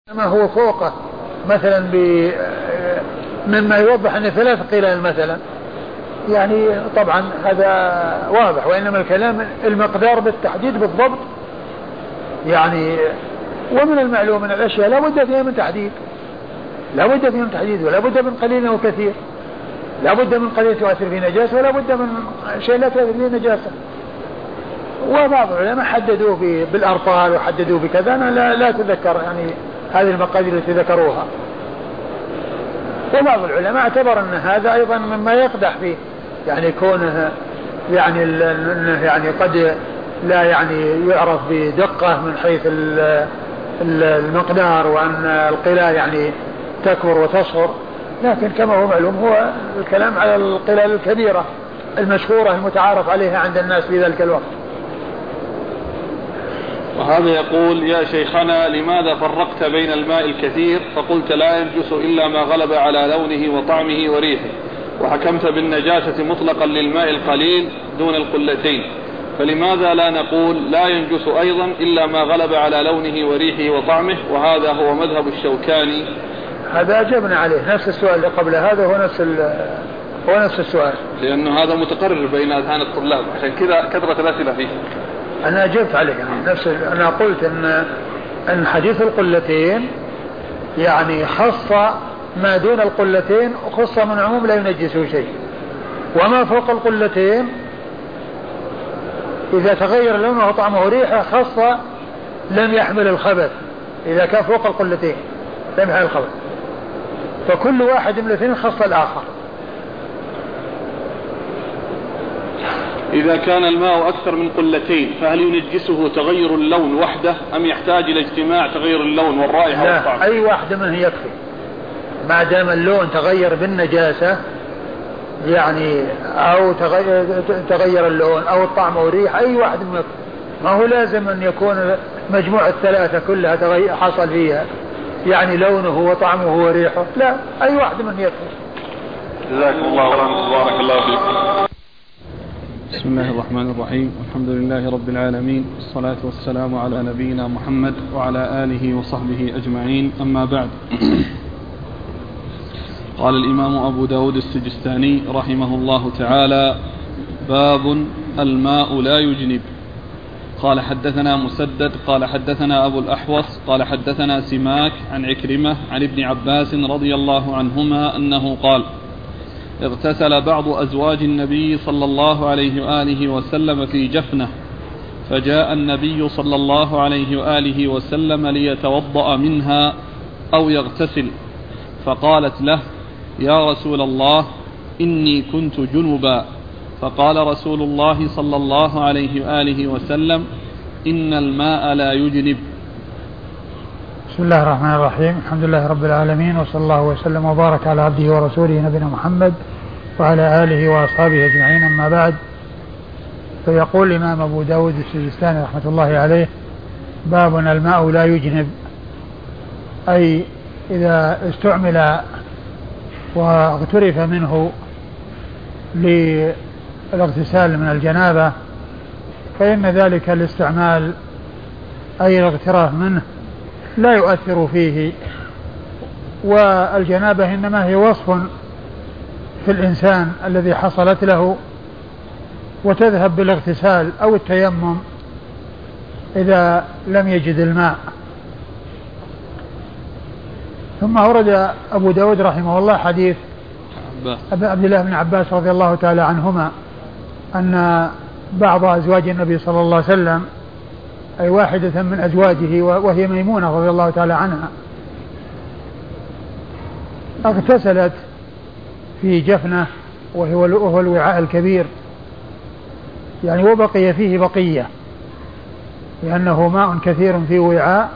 ما هو فوقه مثلا مما يوضح أن 3 قلال مثلا، يعني طبعا هذا واضح، وإنما الكلام المقدار بالتحديد بالضبط يعني. ومن المعلوم من الأشياء لا بد فيها من تحديد، لا بد فيها من تحديد، ولا بد من قليل وكثير، لا بد من قليل تؤثر في نجاسة، ولا بد من شيء لا تؤثر في نجاسة. وبعض العلماء حددوا بالأرطال وحددوا بكذا، أنا لا تذكر يعني هذه المقادير التي ذكروها. وبعض العلماء اعتبر أن هذا أيضا مما يقدح فيه، يعني كونه يعني قد لا يعني يعرف بدقة من حيث المقدار، وأن القلال يعني تكبر وتصغر، لكن كما هو معلوم هو الكلام على القلال الكبيرة المشهورة المتعارف عليها عند الناس في ذلك الوقت. وهذا يقول: يا شيخنا، لماذا فرقت بين الماء الكثير فقلت لا ينجس إلا ما غلب على لونه وطعمه وريحه، وحكمت بالنجاسة مطلقا للماء القليل دون القلتين، فلماذا لا نقول لا ينجس أيضا إلا ما غلب على لونه وريحه وطعمه، وهذا هو مذهب الشوكاني؟ هذا أجبنا عليه، نفس السؤال اللي قبل هذا هو نفس السؤال، لأنه هذا متقرر بين أذهان الطلاب، عشان كذا كثرة الأسئلة فيه. أنا أجبت عليه يعني أنا قلت أن حديث القلتين يعني خص ما دون القلتين، وخص من عموم لا ينجسه شيء، وما فوق القلتين إذا تغير لونه وطعمه وريحه خص لم يحمل الخبث، إذا كان فوق القلتين لم يحمل الخبث، فكل واحد من الاثنين خص الآخر. إذا كان الماء أكثر من قلتين فهل ينجسه تغير اللون وحده، أم يحتاج إلى اجتماع تغير اللون والرائحة والطعم؟ لا، أي واحدة منه يكفي، ما دام اللون تغير بالنجاسة يعني، أو تغير اللون أو الطعم والريح، أي واحد منه يكفي. ما هو لازم أن يكون مجموعة الثلاثة كلها حصل فيها يعني لونه وطعمه وريحه، لا، أي واحد منه يكفي. جزاكم الله خيرا، بارك الله فيكم. بسم الله الرحمن الرحيم، الحمد لله رب العالمين، والصلاة والسلام على نبينا محمد وعلى آله وصحبه أجمعين، أما بعد. قال الإمام أبو داود السجستاني رحمه الله تعالى: باب الماء لا يجنب. قال: حدثنا مسدد قال حدثنا أبو الأحوص قال حدثنا سماك عن عكرمة عن ابن عباس رضي الله عنهما أنه قال: اغتسل بعض أزواج النبي صلى الله عليه وآله وسلم في جفنة، فجاء النبي صلى الله عليه وآله وسلم ليتوضأ منها أو يغتسل، فقالت له: يا رسول الله، إني كنت جنبا. فقال رسول الله صلى الله عليه وآله وسلم: إن الماء لا يجنب. بسم الله الرحمن الرحيم، الحمد لله رب العالمين، وصلى الله وسلم وبارك على عبده ورسوله نبينا محمد وعلى آله وأصحابه أجمعين، أما بعد. فيقول الإمام أبو داود السجستاني رحمة الله عليه: باب الماء لا يجنب، أي إذا استعمل واغترف منه للاغتسال من الجنابة فإن ذلك الاستعمال أي الاغتراف منه لا يؤثر فيه، والجنابة إنما هي وصف في الإنسان الذي حصلت له، وتذهب بالاغتسال أو التيمم إذا لم يجد الماء. ثم ورد أبو داود رحمه الله حديث عبد الله بن عباس رضي الله تعالى عنهما أن بعض أزواج النبي صلى الله عليه وسلم، أي واحدة من أزواجه وهي ميمونة رضي الله تعالى عنها، اغتسلت في جفنة وهو الوعاء الكبير يعني، وبقي فيه بقية، لأنه ماء كثير في وعاء،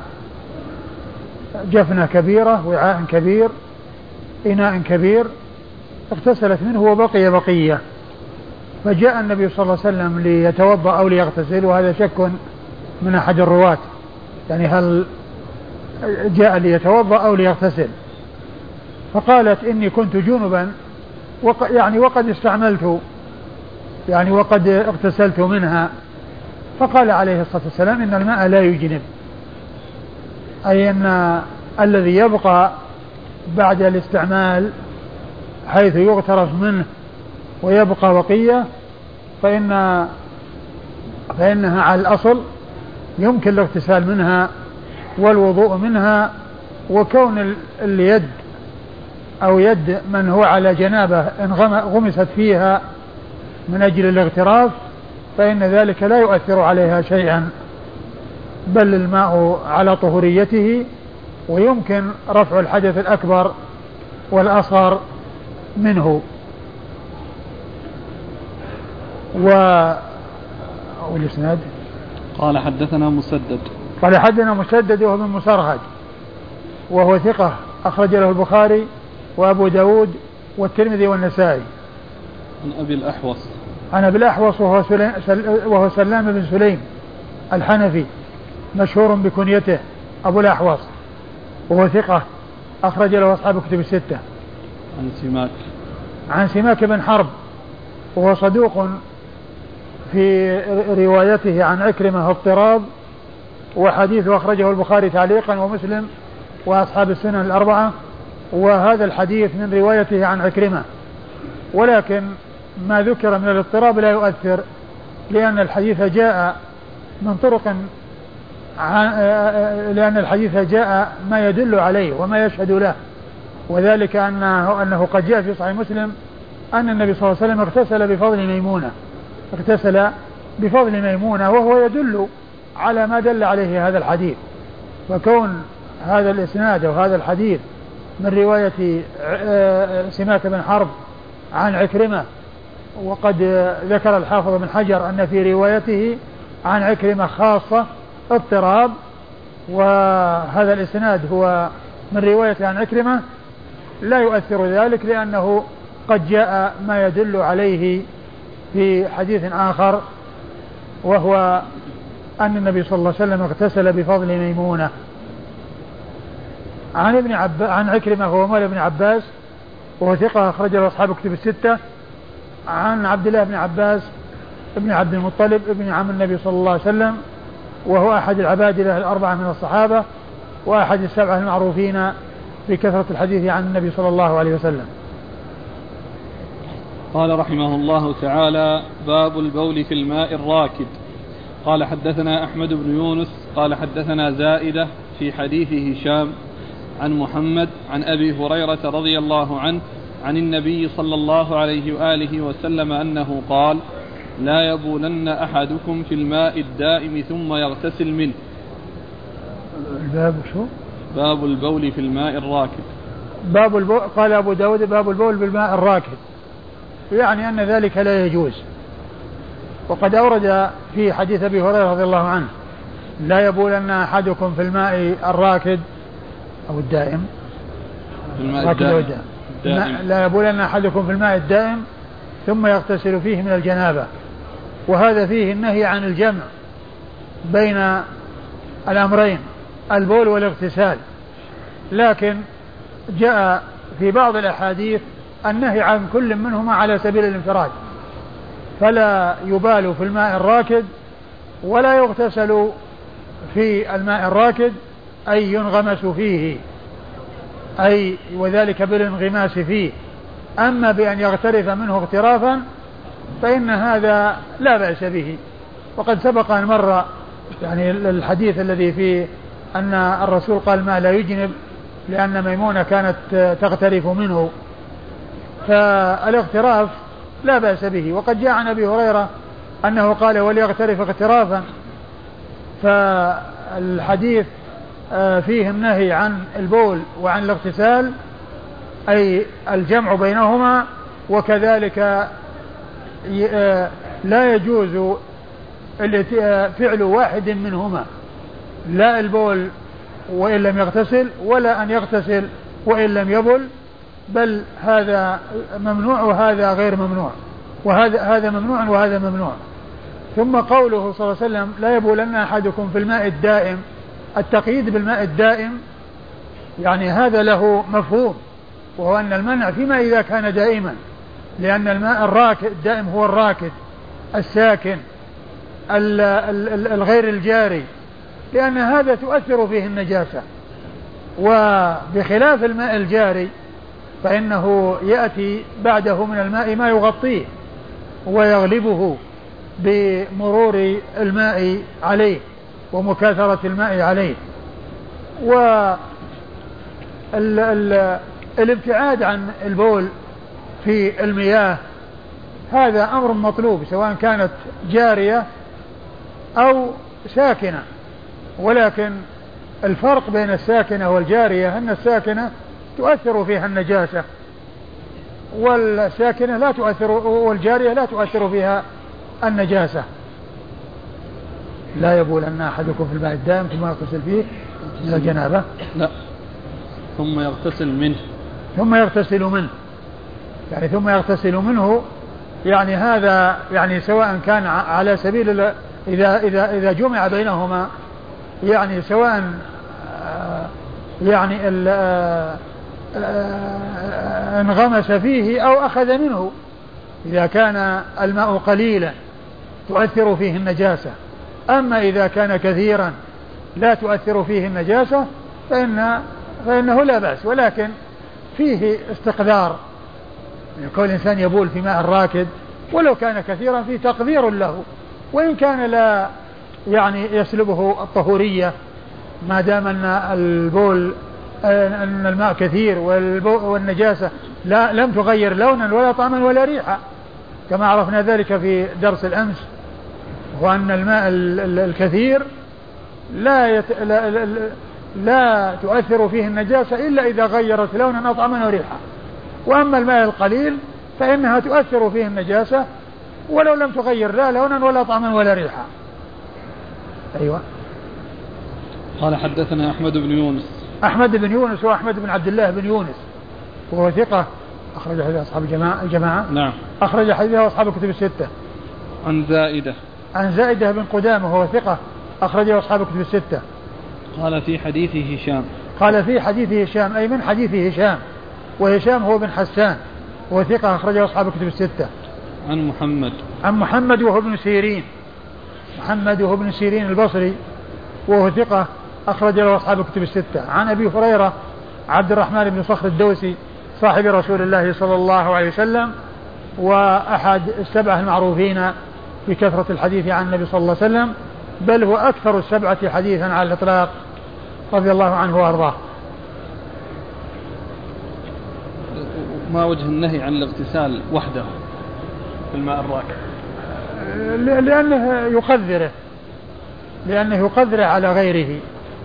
جفنة كبيرة، وعاء كبير، إناء كبير، اغتسلت منه وبقي بقية. فجاء النبي صلى الله عليه وسلم ليتوضأ أو ليغتسل، وهذا شك من أحد الرواة يعني هل جاء ليتوضأ أو ليغتسل، فقالت: إني كنت جنبا، يعني وقد استعملت يعني وقد اغتسلت منها. فقال عليه الصلاة والسلام: إن الماء لا يجنب، أي أن الذي يبقى بعد الاستعمال حيث يغترف منه ويبقى بقية فإنها على الأصل يمكن الاغتسال منها والوضوء منها، وكون اليد أو يد من هو على جنابه إن غمست فيها من أجل الاغتراف فإن ذلك لا يؤثر عليها شيئا، بل الماء على طهوريته، ويمكن رفع الحدث الأكبر والأصغر منه. والإسناد قال حدثنا مسدد وهو من مسرهد وهو ثقة أخرج له البخاري وأبو داود والترمذي والنسائي. عن أبي الأحوص وهو سلام بن سليم الحنفي مشهور بكنيته أبو الأحوص، وهو ثقة أخرج له أصحاب كتب الستة. عن سماك بن حرب وهو صدوق في روايته عن عكرمة اضطراب، وحديثه أخرجه البخاري تعليقا ومسلم وأصحاب السنن الأربعة، وهذا الحديث من روايته عن عكرمة، ولكن ما ذكر من الاضطراب لا يؤثر، لأن الحديث جاء من طرق لأن الحديث جاء ما يدل عليه وما يشهد له، وذلك أنه قد جاء في صحيح مسلم أن النبي صلى الله عليه وسلم اغتسل بفضل ميمونة، وهو يدل على ما دل عليه هذا الحديث. وكون هذا الإسناد وهذا الحديث من رواية سماك بن حرب عن عكرمة، وقد ذكر الحافظ بن حجر أن في روايته عن عكرمة خاصة اضطراب، وهذا الإسناد هو من رواية عن عكرمة، لا يؤثر ذلك، لأنه قد جاء ما يدل عليه في حديث آخر، وهو أن النبي صلى الله عليه وسلم اغتسل بفضل ميمونة. عن عكرمة هو مولى ابن عباس وهو ثقة أخرج له أصحاب كتب الستة. عن عبد الله بن عباس ابن عبد المطلب ابن عم النبي صلى الله عليه وسلم، وهو أحد العبادلة الأربعة من الصحابة، وأحد السبعة المعروفين بكثرة الحديث عن النبي صلى الله عليه وسلم. قال رحمه الله تعالى: باب البول في الماء الراكد. قال حدثنا أحمد بن يونس قال حدثنا زائدة في حديث هشام عن محمد عن أبي هريرة رضي الله عنه عن النبي صلى الله عليه وآله وسلم أنه قال: لا يبولن أحدكم في الماء الدائم ثم يغتسل منه. الباب شو؟ باب البول في الماء الراكد. قال أبو داود: باب البول بالماء الراكد، يعني أن ذلك لا يجوز. وقد أورد في حديث أبي هريرة رضي الله عنه: لا يبولن أحدكم في الماء الراكد أو الدائم، لا يبولن أحدكم في الماء الدائم ثم يغتسل فيه من الجنابة. وهذا فيه النهي عن الجمع بين الأمرين، البول والاغتسال، لكن جاء في بعض الأحاديث النهي عن كل منهما على سبيل الانفراد، فلا يبال في الماء الراكد ولا يغتسل في الماء الراكد، أي ينغمس فيه، أي وذلك بالانغماس فيه. أما بأن يغترف منه اغترافا فإن هذا لا بأس به. وقد سبق أن مر يعني الحديث الذي فيه أن الرسول قال: ما لا يجنب، لأن ميمونة كانت تغترف منه، فالاغتراف لا بأس به. وقد جاء عن أبي هريرة أنه قال: وليغترف اغترافا. فالحديث فيه النهي عن البول وعن الاغتسال، أي الجمع بينهما، وكذلك لا يجوز فعل واحد منهما، لا البول وإن لم يغتسل، ولا أن يغتسل وإن لم يبل، بل هذا ممنوع وهذا غير ممنوع، وهذا ممنوع وهذا ممنوع. ثم قوله صلى الله عليه وسلم: لا يبولن أحدكم في الماء الدائم، التقييد بالماء الدائم يعني هذا له مفهوم، وهو أن المنع فيما إذا كان دائما، لأن الماء الراكد الدائم هو الراكد الساكن الغير الجاري، لأن هذا تؤثر فيه النجاسة، وبخلاف الماء الجاري فإنه يأتي بعده من الماء ما يغطيه ويغلبه بمرور الماء عليه ومكاثرة الماء عليه. والابتعاد عن البول في المياه هذا أمر مطلوب سواء كانت جارية أو ساكنة، ولكن الفرق بين الساكنة والجارية أن الساكنة تؤثر فيها النجاسة والساكنة لا تؤثر، والجارية لا تؤثر فيها النجاسة. لا يبولن أحدكم في الماء الدائم ثم يغتسل فيه من الجنابة. لا، ثم يغتسل منه. ثم يغتسل منه، يعني ثم يغتسل منه، يعني هذا يعني سواء كان على سبيل إذا جمع بينهما، يعني سواء يعني انغمس فيه أو أخذ منه. إذا كان الماء قليلا تؤثر فيه النجاسة، أما إذا كان كثيرا لا تؤثر فيه النجاسة فإنه لا بأس، ولكن فيه استقذار يكون الإنسان يبول في ماء راكد ولو كان كثيرا فيه تقدير له، وإن كان لا يعني يسلبه الطهورية ما دام أن البول أن الماء كثير والنجاسة لم تغير لونا ولا طعما ولا ريحا، كما عرفنا ذلك في درس الأمس، وأن الماء الكثير لا تؤثر فيه النجاسة إلا إذا غيرت لونا أو طعما وريحا، وأما الماء القليل فإنها تؤثر فيه النجاسة ولو لم تغير لا لونا ولا طعما ولا ريحا. أيوة. قال حدثنا أحمد بن يونس. أحمد بن يونس هو أحمد بن عبد الله بن يونس، وهو ثقة أخرج حديث أصحاب الجماعة. نعم. أخرج حديثه أصحاب الكتب الستة. عن زائدة بن قدامة وهو ثقة أخرجه أصحاب الكتب الستة. قال في حديث هشام. قال في حديث هشام أي من حديث هشام، وهشام هو بن حسان وهو ثقة أخرجه أصحاب الكتب الستة. عن محمد وهو ابن سيرين، محمد وهو ابن سيرين البصري وهو ثقة أخرج له أصحاب الكتب الستة. عن أبي هريرة عبد الرحمن بن صخر الدوسي صاحب رسول الله صلى الله عليه وسلم، وأحد السبعة المعروفين بكثرة الحديث عن النبي صلى الله عليه وسلم، بل هو أكثر السبعة حديثا على الإطلاق رضي الله عنه وأرضاه. ما وجه النهي عن الاغتسال وحده في الماء الراكد؟ لأنه يقدره على غيره،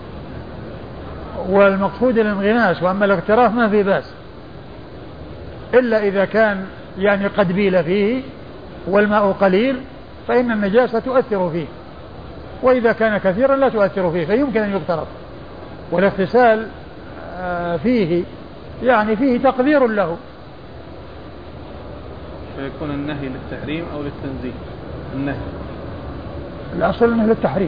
والمقصود الانغماس، وأما الاغتراف ما في بأس إلا إذا كان يعني قد بيل فيه والماء قليل فإن النجاسة تؤثر فيه، وإذا كان كثيرا لا تؤثر فيه فيمكن أن يغترف. والاغتسال فيه يعني فيه تقدير له. فيكون النهي للتحريم أو للتنزيه؟ النهي الأصل أنه للتحريم.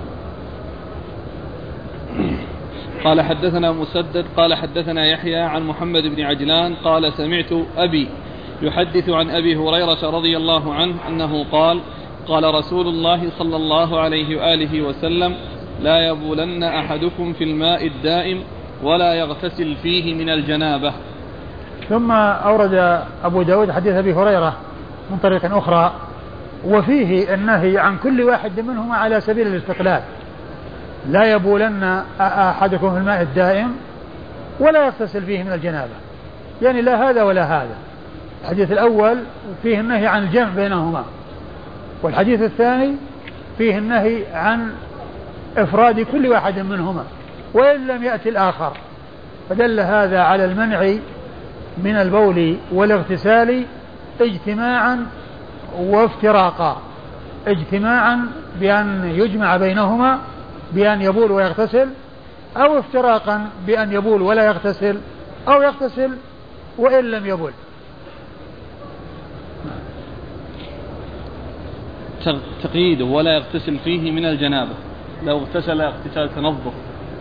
قال حدثنا مسدد قال حدثنا يحيى عن محمد بن عجلان قال سمعت أبي يحدث عن أبي هريرة رضي الله عنه أنه قال قال رسول الله صلى الله عليه وآله وسلم لا يبولن أحدكم في الماء الدائم ولا يغتسل فيه من الجنابة. ثم أورد أبو داود حديث أبي هريرة من طريق أخرى، وفيه النهي عن كل واحد منهما على سبيل الاستقلال. لا يبولن أحدكم في الماء الدائم ولا يغتسل فيه من الجنابة، يعني لا هذا ولا هذا. الحديث الأول فيه النهي عن الجمع بينهما، والحديث الثاني فيه النهي عن إفراد كل واحد منهما وإن لم يأتي الآخر، فدل هذا على المنع من البول والاغتسال اجتماعا وافتراقا، اجتماعا بأن يجمع بينهما بأن يبول ويغتسل، أو افتراقا بأن يبول ولا يغتسل، أو يغتسل وإن لم يبول. تقييده ولا يغتسل فيه من الجنابة، لو اغتسل اغتسال تنظف.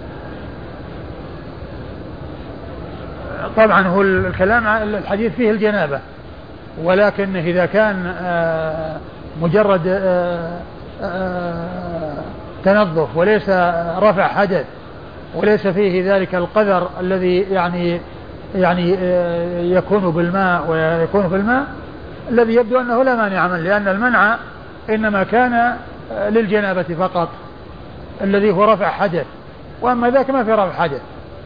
طبعا هو الكلام الحديث فيه الجنابة، ولكن إذا كان مجرد تنظف وليس رفع حدث وليس فيه ذلك القدر الذي يعني يكون بالماء ويكون في الماء، الذي يبدو أنه لا مانع منه، لأن المنع إنما كان للجنابة فقط الذي هو رفع حدث، وأما ذاك ما في رفع حدث.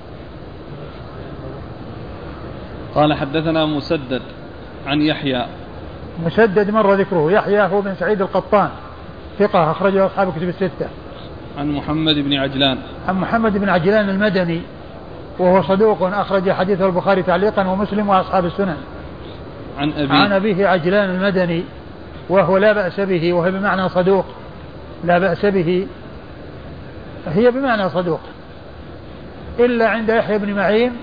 قال حدثنا مسدد عن يحيى. مسدد مر ذكره. يحيى هو بن سعيد القطان ثقة أخرجه أصحاب الكتب الستة. عن محمد بن عجلان. عن محمد بن عجلان المدني وهو صدوق أخرج حديثه البخاري تعليقا ومسلم وأصحاب السنن. عن أبيه عجلان المدني وهو لا بأس به، وهو بمعنى صدوق لا بأس به، هي بمعنى صدوق، إلا عند يحيى بن معين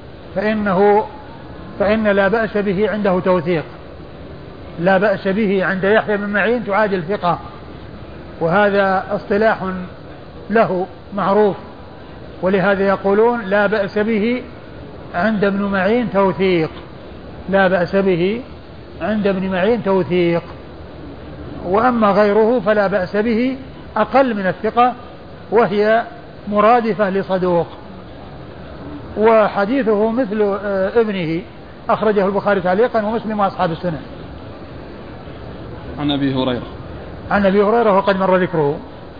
فإن لا بأس به عنده توثيق. لا بأس به عند يحيى بن معين تعادل ثقة، وهذا اصطلاح له معروف، ولهذا يقولون لا بأس به عند ابن معين توثيق. لا بأس به عند ابن معين توثيق، وأما غيره فلا بأس به أقل من الثقة، وهي مرادفة لصدوق. وحديثه مثل ابنه أخرجه البخاري تعليقا ومسلم وأصحاب السنن. عن أبي هريرة. عن أبي هريرة وقد مر ذكره.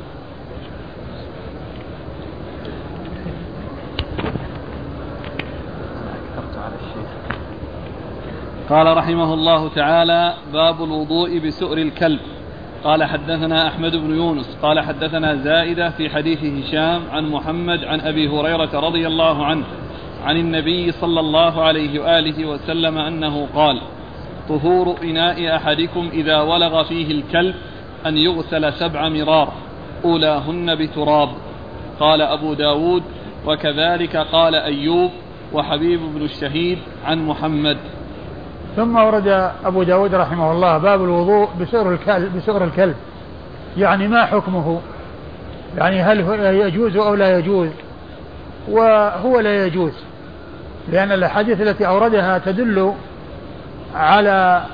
قال رحمه الله تعالى: باب الوضوء بسؤر الكلب. قال حدثنا أحمد بن يونس قال حدثنا زائدة في حديث هشام عن محمد عن أبي هريرة رضي الله عنه عن النبي صلى الله عليه وآله وسلم أنه قال: طهور إناء أحدكم إذا ولغ فيه الكلب أن يغسل 7 مرار أولاهن بتراب. قال أبو داود: وكذلك قال أيوب وحبيب بن الشهيد عن محمد. ثم ورد أبو داود رحمه الله باب الوضوء بسؤر الكلب، يعني ما حكمه، يعني هل يجوز أو لا يجوز؟ وهو لا يجوز، لأن الأحاديث التي أوردها تدل على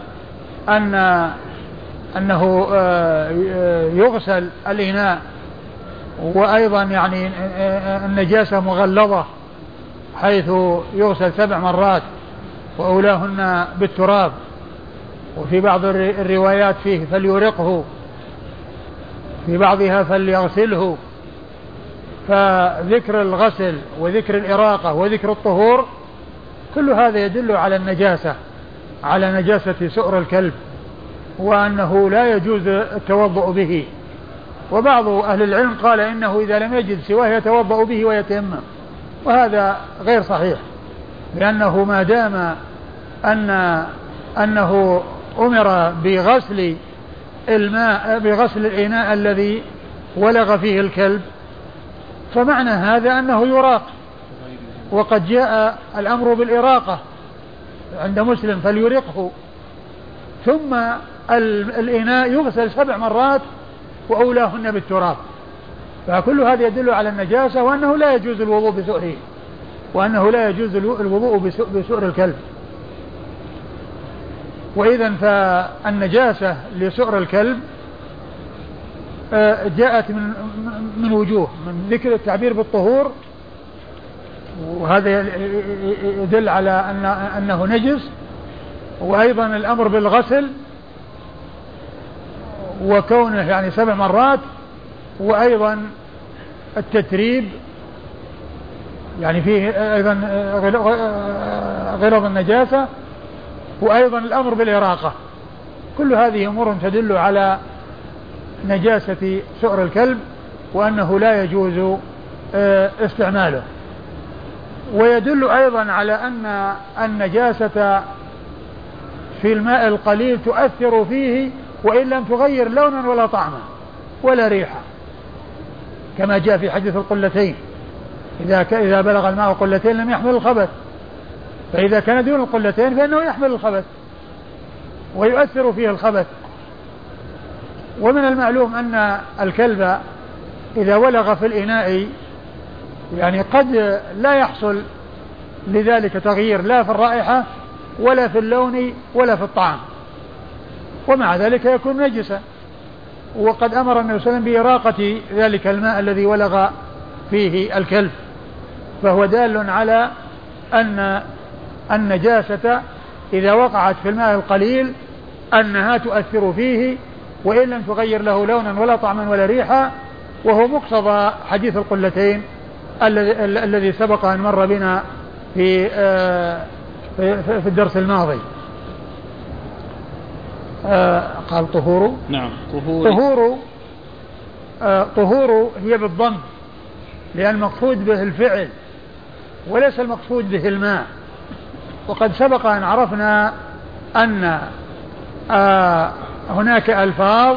أنه يغسل الإناء، وأيضا يعني النجاسة مغلظة حيث يغسل 7 مرات وأولاهن بالتراب، وفي بعض الروايات فيه فليرقه، في بعضها فليغسله. فذكر الغسل وذكر الإراقة وذكر الطهور كل هذا يدل على النجاسة، على نجاسة سؤر الكلب، وأنه لا يجوز التوضؤ به. وبعض أهل العلم قال إنه إذا لم يجد سواه يتوضأ به ويتيمم، وهذا غير صحيح، لأنه ما دام أنه أمر بغسل الماء بغسل الإناء الذي ولغ فيه الكلب، فمعنى هذا أنه يراق، وقد جاء الأمر بالإراقة عند مسلم فليرقه. ثم الإناء يغسل 7 مرات وأولاهن بالتراب، فكل هذا يدل على النجاسة، وأنه لا يجوز الوضوء بسؤره، وأنه لا يجوز الوضوء بسؤر الكلب. وإذن فالنجاسة لسؤر الكلب جاءت من وجوه، من ذكر التعبير بالطهور، وهذا يدل على أنه نجس، وأيضا الأمر بالغسل وكونه يعني 7 مرات، وأيضا التتريب يعني فيه أيضا غلظ النجاسة، وأيضا الأمر بالإراقة. كل هذه أمور تدل على نجاسة سؤر الكلب، وأنه لا يجوز استعماله. ويدل أيضا على أن النجاسة في الماء القليل تؤثر فيه وإن لم تغير لونا ولا طعما ولا ريحا، كما جاء في حديث القلتين: إذا بلغ الماء قلتين لم يحمل الخبث، فإذا كان دون القلتين فإنه يحمل الخبث ويؤثر فيه الخبث. ومن المعلوم أن الكلب إذا ولغ في الإناء يعني قد لا يحصل لذلك تغيير لا في الرائحة ولا في اللون ولا في الطعم، ومع ذلك يكون نجسا. وقد أمر النبي صلى الله عليه وسلم بإراقة ذلك الماء الذي ولغ فيه الكلب، فهو دال على أن النجاسة إذا وقعت في الماء القليل أنها تؤثر فيه وإن لم تغير له لونا ولا طعما ولا ريحا، وهو مقتضى حديث القلتين الذي سبق أن مر بنا في الدرس الماضي. قال طهور. نعم طهور هي بالضم، لأن المقصود به الفعل وليس المقصود به الماء. وقد سبق أن عرفنا أن هناك ألفاظ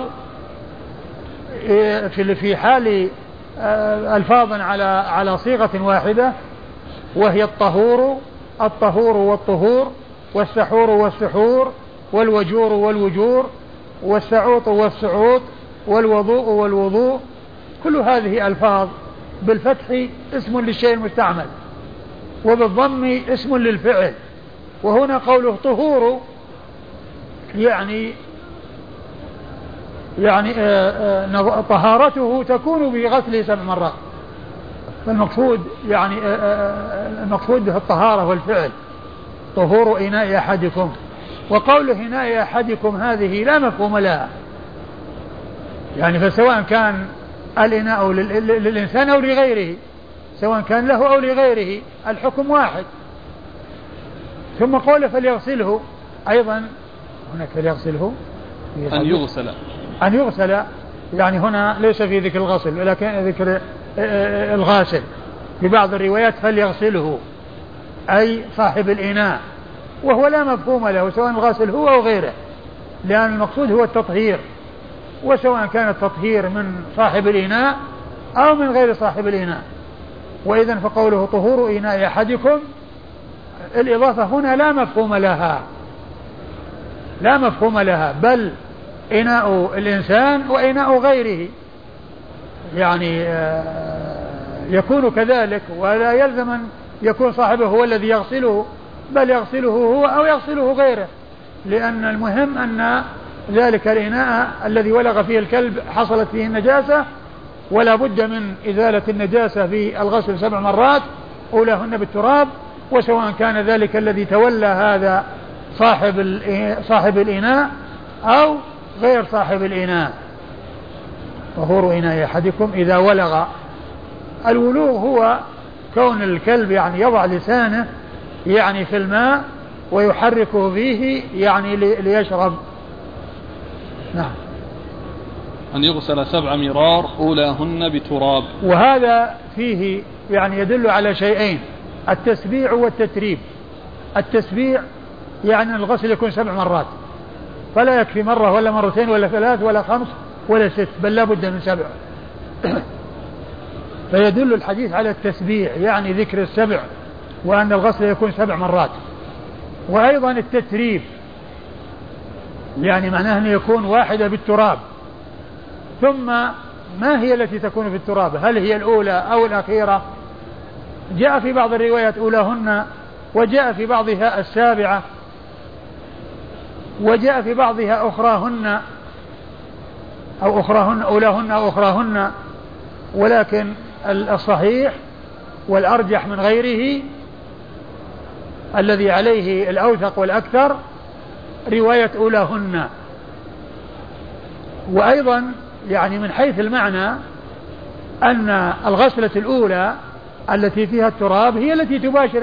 في حال ألفاظ على صيغة واحدة، وهي الطهور والطهور، والسحور والسحور، والوجور والوجور، والسعوط والسعوط، والوضوء والوضوء. كل هذه ألفاظ بالفتح اسم للشيء المستعمل، وبالضم اسم للفعل. وهنا قوله طهور يعني طهارته تكون بغسله 7 مرات. فالمقصود يعني المقصود به الطهارة والفعل. طهور إناء أحدكم، وقوله إناء أحدكم هذه لا مفهوم لها، يعني فسواء كان الإناء للإنسان أو لغيره، سواء كان له أو لغيره الحكم واحد. ثم قوله فليغسله أيضا هناك فليغسله أن يغسل، يعني هنا ليس في ذكر الغسل ولكن ذكر الغاسل. في بعض الروايات فليغسله أي صاحب الإناء، وهو لا مفهوم له سواء الغاسل هو أو غيره، لأن المقصود هو التطهير، وسواء كان التطهير من صاحب الإناء أو من غير صاحب الإناء. وإذن فقوله طهور إناء أحدكم الإضافة هنا لا مفهوم لها، بل إناء الإنسان وإناء غيره يعني يكون كذلك، ولا يلزم أن يكون صاحبه هو الذي يغسله، بل يغسله هو أو يغسله غيره، لأن المهم أن ذلك الإناء الذي ولغ فيه الكلب حصلت فيه النجاسة، ولا بد من إزالة النجاسة في الغسل 7 مرات أولاهن بالتراب، وسواء كان ذلك الذي تولى هذا صاحب الإناء أو غير صاحب الإناء. طهور إناء أحدكم إذا ولغ. الولوغ هو كون الكلب يعني يضع لسانه يعني في الماء ويحركه فيه يعني ليشرب. نعم. أن يغسل 7 مرار أولاهن بتراب. وهذا فيه يعني يدل على شيئين: التسبيع والتتريب. التسبيع يعني الغسل يكون 7 مرات، فلا يكفي مرة ولا مرتين ولا 3 ولا 5 ولا 6، بل لا بد من 7. فيدل الحديث على التسبيع يعني ذكر 7، وأن الغسل يكون 7 مرات. وأيضا التتريب يعني معناه أن يكون واحدة بالتراب. ثم ما هي التي تكون في التراب؟ هل هي الأولى أو الأخيرة؟ جاء في بعض الروايات أولاهن، وجاء في بعضها 7، وجاء في بعضها أخراهن أو أخراهن أولاهن أو أخراهن. ولكن الصحيح والأرجح من غيره الذي عليه الأوثق والأكثر رواية أولاهن. وأيضا يعني من حيث المعنى أن الغسلة الأولى التي فيها التراب هي التي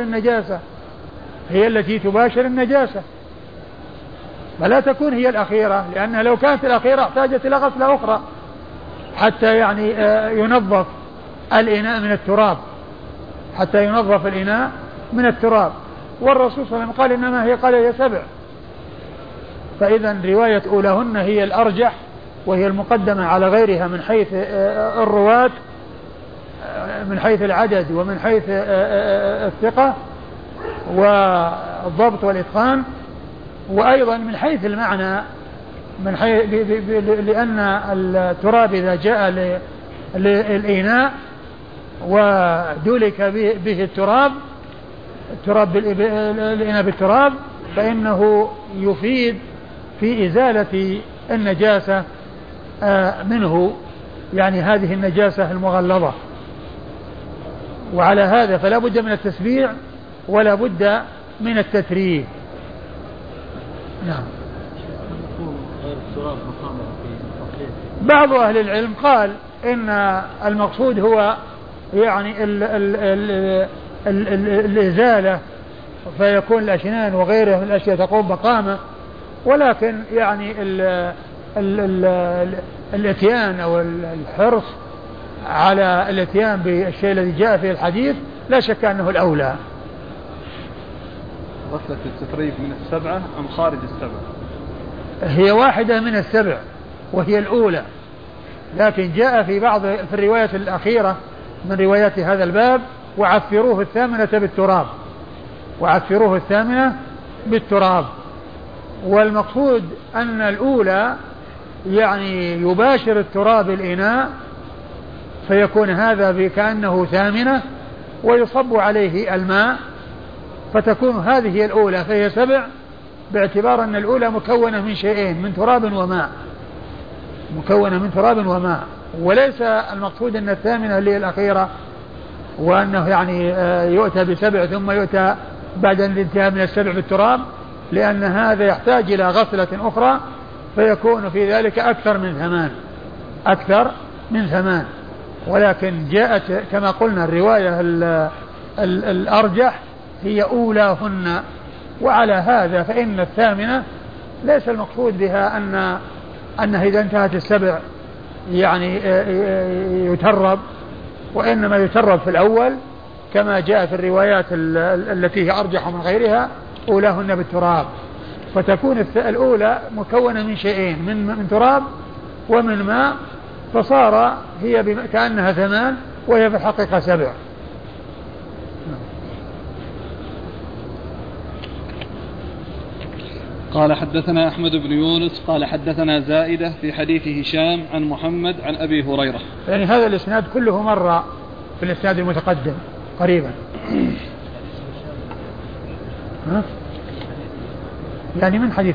تباشر النجاسة، فلا تكون هي الأخيرة، لأنها لو كانت الأخيرة احتاجت إلى غسلة أخرى حتى يعني ينظف الإناء من التراب، والرسول صلى الله عليه وسلم قال إنما هي 7. فإذا رواية أولاهن هي الأرجح، وهي المقدمة على غيرها من حيث الرواة، من حيث العدد ومن حيث الثقة والضبط والإتقان، وأيضا من حيث المعنى لأن التراب إذا جاء للإناء ودلك به التراب الإناء بالتراب فإنه يفيد في إزالة النجاسة منه، يعني هذه النجاسة المغلظة. وعلى هذا فلا بد من التسبيع ولا بد من التتريب. نعم. بعض أهل العلم قال إن المقصود هو يعني الإزالة فيكون الأشنان وغيره من الأشياء تقوم مقامه، ولكن يعني الاتيان أو الحرص على الاتيان بالشيء الذي جاء في الحديث لا شك أنه الأولى. غسلة التتريب من السبعة أم خارج السبعة؟ هي واحدة من السبع وهي الأولى، لكن جاء في الرواية الأخيرة من روايات هذا الباب وعفروه الثامنة بالتراب. والمقصود أن الأولى يعني يباشر التراب الإناء فيكون هذا كأنه ثامنة ويصب عليه الماء فتكون هذه الأولى، فهي سبع باعتبار أن الأولى مكونة من شيئين، من تراب وماء، وليس المقصود أن الثامنة اللي الأخيرة وأنه يعني يؤتى بسبع ثم يؤتى بعد الانتهاء من السبع بالتراب، لأن هذا يحتاج إلى غسلة أخرى فيكون في ذلك أكثر من ثمان. ولكن جاءت كما قلنا الرواية الأرجح هي أولاهن، وعلى هذا فإن الثامنة ليس المقصود بها أنها إذا انتهت السبع يعني يترب، وإنما يترب في الأول كما جاء في الروايات التي هي أرجح من غيرها أولاهن بالتراب، فتكون الأولى مكونة من شيئين، من تراب ومن ماء، فصار هي كأنها ثمان وهي في الحقيقة سبع. قال حدثنا أحمد بن يونس قال حدثنا زائدة في حديث هشام عن محمد عن أبي هريرة. يعني هذا الإسناد كله مر في الإسناد المتقدم قريبا. يعني من حديث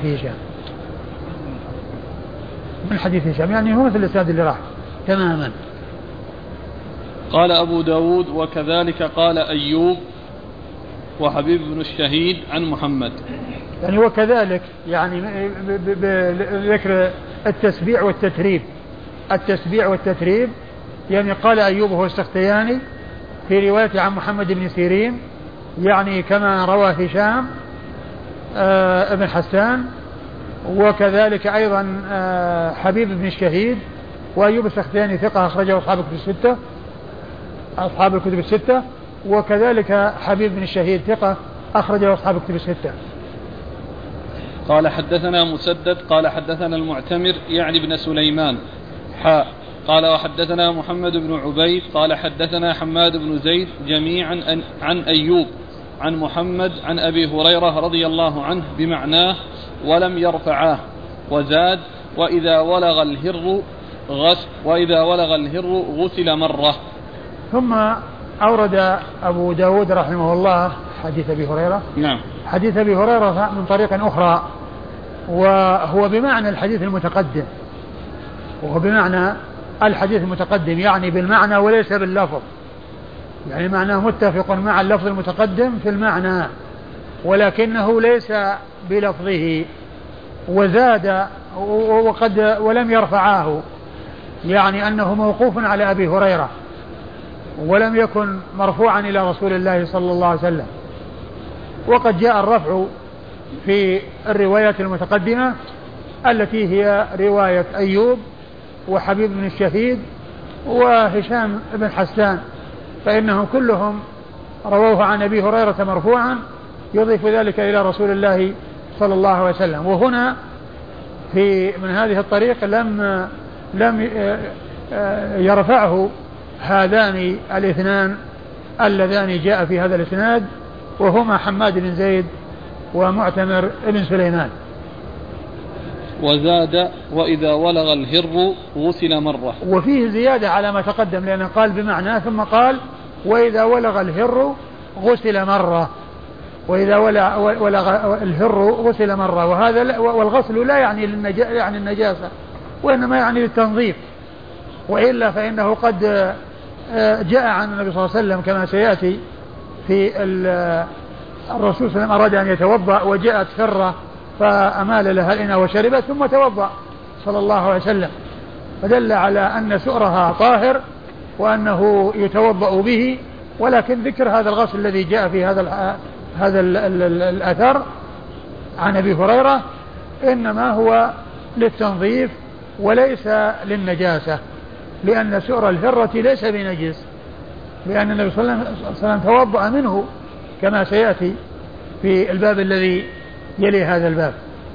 هشام يعني هو مثل الإسناد اللي راح تماما. قال أبو داود وكذلك قال أيوب وحبيب بن الشهيد عن محمد. يعني وكذلك يعني بذكر التسبيع والتتريب يعني قال أيوب هو السختياني في روايته عن محمد بن سيرين، يعني كما روى هشام ابن حسان، وكذلك أيضا حبيب بن الشهيد. وأيوب السختياني ثقة أخرجه أصحاب الكتب الستة، وكذلك حبيب بن الشهيد ثقة أخرجه أصحاب الكتب الستة. قال حدثنا مسدد قال حدثنا المعتمر يعني بن سليمان قال وحدثنا محمد بن عبيد قال حدثنا حماد بن زيد جميعا عن أيوب عن محمد عن أبي هريرة رضي الله عنه بمعناه ولم يرفعاه، وزاد وإذا ولغ الهر غسل مرة. ثم أورد أبو داود رحمه الله حديث أبي هريرة. نعم. حديث أبي هريرة من طريق أخرى، وهو بمعنى الحديث المتقدم، يعني بالمعنى وليس باللفظ، يعني معناه متفق مع اللفظ المتقدم في المعنى ولكنه ليس بلفظه. وزاد ولم يرفعاه، يعني أنه موقوف على أبي هريرة ولم يكن مرفوعا إلى رسول الله صلى الله عليه وسلم. وقد جاء الرفع في الروايات المتقدمة التي هي رواية أيوب وحبيب بن الشهيد وهشام بن حسان، فإنهم كلهم رووه عن أبي هريرة مرفوعا يضيف ذلك إلى رسول الله صلى الله عليه وسلم. وهنا من هذه الطريق لم يرفعه هذان الاثنان اللذان جاء في هذا الاسناد، وهما حماد بن زيد ومعتمر بن سليمان. وزاد وإذا ولغ الهر غسل مرة، وفيه زيادة على ما تقدم، لأنه قال بمعنى ثم قال وإذا ولغ الهر غسل مرة، وإذا ولغ الهر غسل مرة. وهذا والغسل لا يعني النجاسة، وإنما يعني للتنظيف، وإلا فإنه جاء عن النبي صلى الله عليه وسلم كما سيأتي في الرسول صلى الله عليه وسلم أراد أن يتوضأ وجاءت فرة فأمال لها الإناء وشربت ثم توضأ صلى الله عليه وسلم، فدل على أن سؤرها طاهر وأنه يتوضأ به، ولكن ذكر هذا الغسل الذي جاء في هذا الأثر عن أبي هريرة إنما هو للتنظيف وليس للنجاسة، لأن سؤر الهرة ليس بنجس، لأن النبي صلى الله عليه وسلم توضأ منه كما سيأتي في الباب الذي يلي هذا الباب.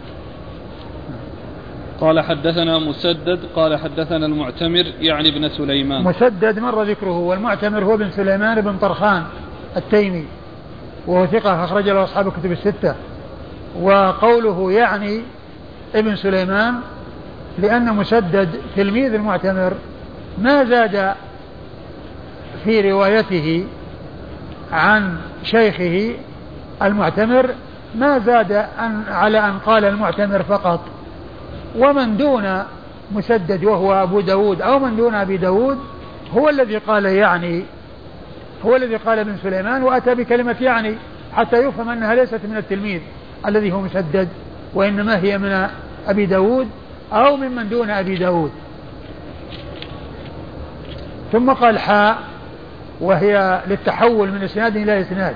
قال حدثنا مسدد قال حدثنا المعتمر يعني ابن سليمان. مسدد مر ذكره، والمعتمر هو بن سليمان بن طرخان التيمي وهو ثقة أخرج له أصحاب الكتب الستة. وقوله يعني ابن سليمان لأن مسدد تلميذ المعتمر ما زاد في روايته عن شيخه المعتمر، ما زاد على أن قال المعتمر فقط، ومن دون مسدد وهو أبو داود أو من دون أبي داود هو الذي قال يعني، هو الذي قال ابن سليمان وأتى بكلمة يعني حتى يفهم أنها ليست من التلميذ الذي هو مسدد، وإنما هي من أبي داود أو من دون أبي داود. ثم قال حاء وهي للتحول من إسناد إلى إسناد.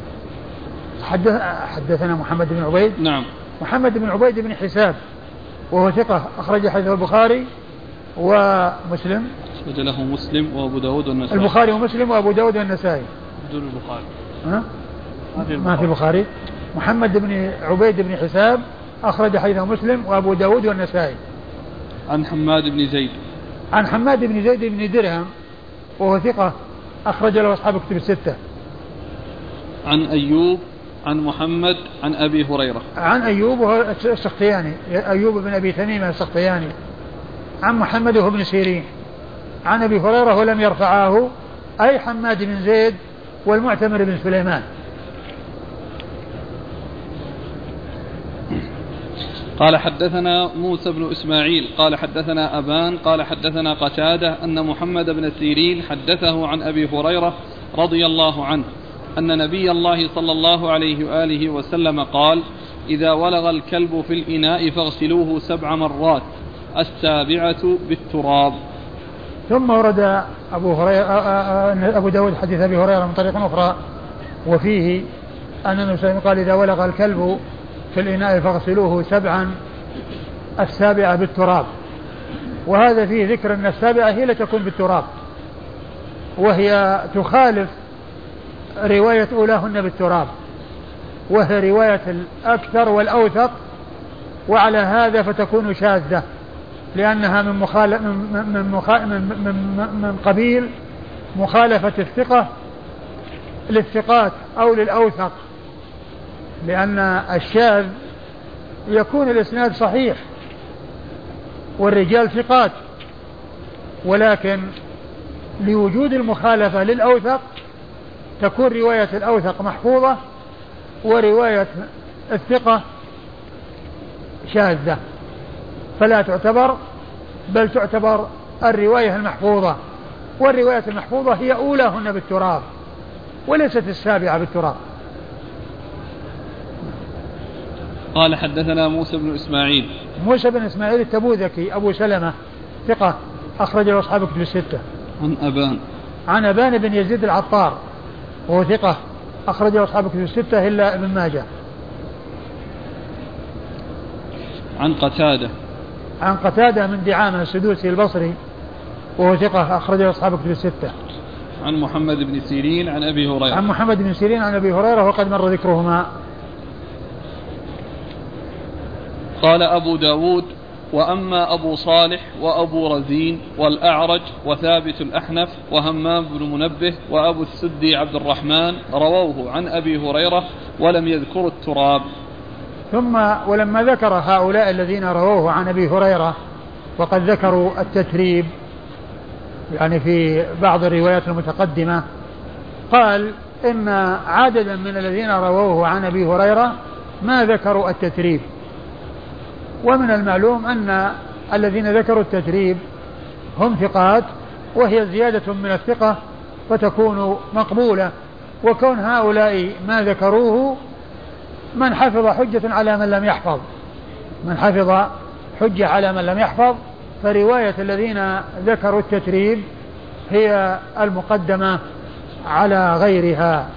حدثنا محمد بن عبيد. نعم. محمد بن عبيد بن حساب وهو ثقة أخرج حديثه البخاري ومسلم. أخرج له مسلم وأبو داود والنسائي. البخاري ومسلم وأبو داود والنسائي. بدون البخاري. ها؟ ما في البخاري. محمد بن عبيد بن حساب أخرج حديثه مسلم وأبو داود والنسائي. عن حماد بن زيد. عن حماد بن زيد بن درهم وهو ثقة أخرج له أصحاب الكتب الستة. عن أيوب عن محمد عن أبي هريرة. عن أيوب وهو السختياني، أيوب بن أبي تميمة السختياني. عن محمد وهو ابن سيرين. عن أبي هريرة ولم يرفعاه، أي حماد بن زيد والمعتمر بن سليمان. قال حدثنا موسى بن إسماعيل قال حدثنا أبان قال حدثنا قتادة أن محمد بن سيرين حدثه عن أبي هريرة رضي الله عنه أن نبي الله صلى الله عليه وآله وسلم قال: إذا ولغ الكلب في الإناء فاغسلوه 7 مرات، 7 بالتراب. ثم ورد أبو داود حديث أبي هريرة من طريق أخرى وفيه أن النبي صلى الله عليه وسلم قال: إذا ولغ الكلب في الإناء فاغسلوه 7، 7 بالتراب. وهذا فيه ذكر أن 7 هي لتكون بالتراب، وهي تخالف رواية أولاهن بالتراب، وهي رواية الأكثر والأوثق، وعلى هذا فتكون شاذة لأنها من قبيل مخالفة الثقة للثقات أو للأوثق، لأن الشاذ يكون الإسناد صحيح والرجال ثقات، ولكن لوجود المخالفة للأوثق تكون رواية الأوثق محفوظة ورواية الثقة شاذة، فلا تعتبر، بل تعتبر الرواية المحفوظة، والرواية المحفوظة هي أولاهن بالتراب وليست 7 بالتراب. قال حدثنا موسى بن إسماعيل. موسى بن إسماعيل التبوذكي أبو سلمة ثقة أخرج له أصحاب الكتب الستة. عن أبان بن يزيد العطار وهو ثقة أخرج له أصحاب الكتب الستة إلا ابن ماجه. عن قتادة من دعامة السدوسي البصري وهو ثقة أخرج له أصحاب الكتب الستة. عن محمد بن سيرين عن أبي هريرة. عن محمد بن سيرين عن أبي هريرة وقد مر ذكرهما. قال أبو داود: وأما أبو صالح وأبو رزين والأعرج وثابت الأحنف وهمام بن منبه وأبو السدي عبد الرحمن رووه عن أبي هريرة ولم يذكروا التراب. ثم ولما ذكر هؤلاء الذين رووه عن أبي هريرة وقد ذكروا التتريب يعني في بعض الروايات المتقدمة، قال إن عددا من الذين رووه عن أبي هريرة ما ذكروا التتريب، ومن المعلوم أن الذين ذكروا التتريب هم ثقات وهي زيادة من الثقة فتكون مقبولة. وكون هؤلاء ما ذكروه من حفظ حجة على من لم يحفظ، من حفظ حجة على من لم يحفظ، فرواية الذين ذكروا التتريب هي المقدمة على غيرها.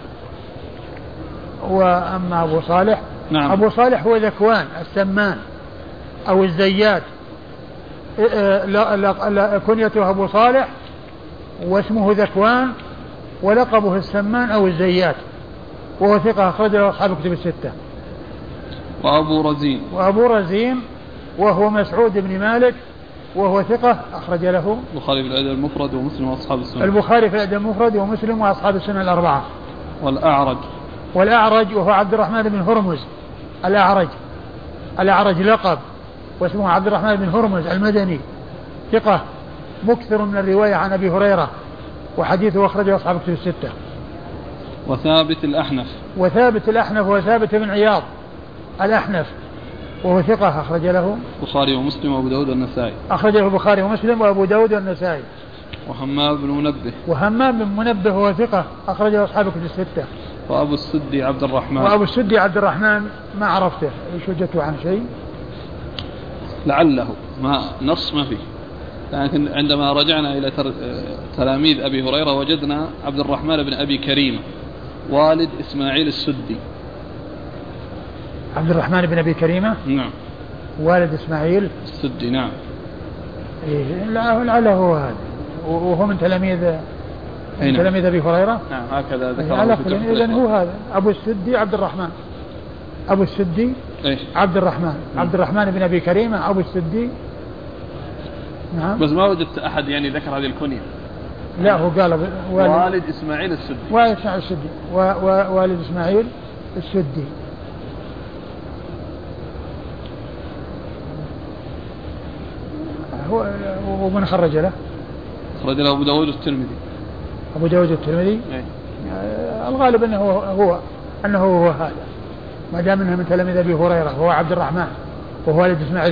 وأما أبو صالح، نعم. أبو صالح هو ذكوان السمان أو الزيات، كنيته أبو صالح واسمه ذكوان ولقبه السمان أو الزيات، وهو ثقة أخرجه أصحاب كتب الستة. وأبو رزين وهو مسعود بن مالك وهو ثقة أخرج له البخاري في الأدب المفرد ومسلم وأصحاب السنن. البخاري في الأدب المفرد ومسلم وأصحاب السنن الأربعة. والأعرج وهو عبد الرحمن بن هرمز الأعرج لقب واسمه عبد الرحمن بن هرمز المدني، ثقة مكثر من الرواية عن أبي هريرة وحديثه أخرجه أصحاب الكتب الستة. وثابت الأحنف هو ثابت بن عياض الأحنف وهو ثقة أخرج له البخاري ومسلم وأبو داود والنسائي. أخرجه البخاري ومسلم وأبو داود والنسائي. وهمام بن منبه هو ثقة أخرجه أصحاب الكتب الستة. وأبو السدي عبد الرحمن ما عرفته ايش وجدته عن شيء، لعله ما نص ما فيه، لكن عندما رجعنا إلى تلاميذ أبي هريرة وجدنا عبد الرحمن بن أبي كريمة والد إسماعيل السدي. عبد الرحمن بن أبي كريمة نعم والد إسماعيل السدي نعم. لعله هو هذا، وهو من تلاميذ أبي هريرة. نعم هكذا ذكره. إذن هو هذا أبو السدي عبد الرحمن، أبو السدي عبد الرحمن بن أبي كريمة أبو السدي. نعم. بس ما وجدت أحد يعني ذكر هذه الكنية. لا هو قال والد إسماعيل السدي. والد إسماعيل السدي. ومن خرج له؟ خرج له أبو داود الترمذي. الغالب أنه هو هذا، ما دام أنه من تلاميذ أبي هريرة هو عبد الرحمن وهو والد إسماعيل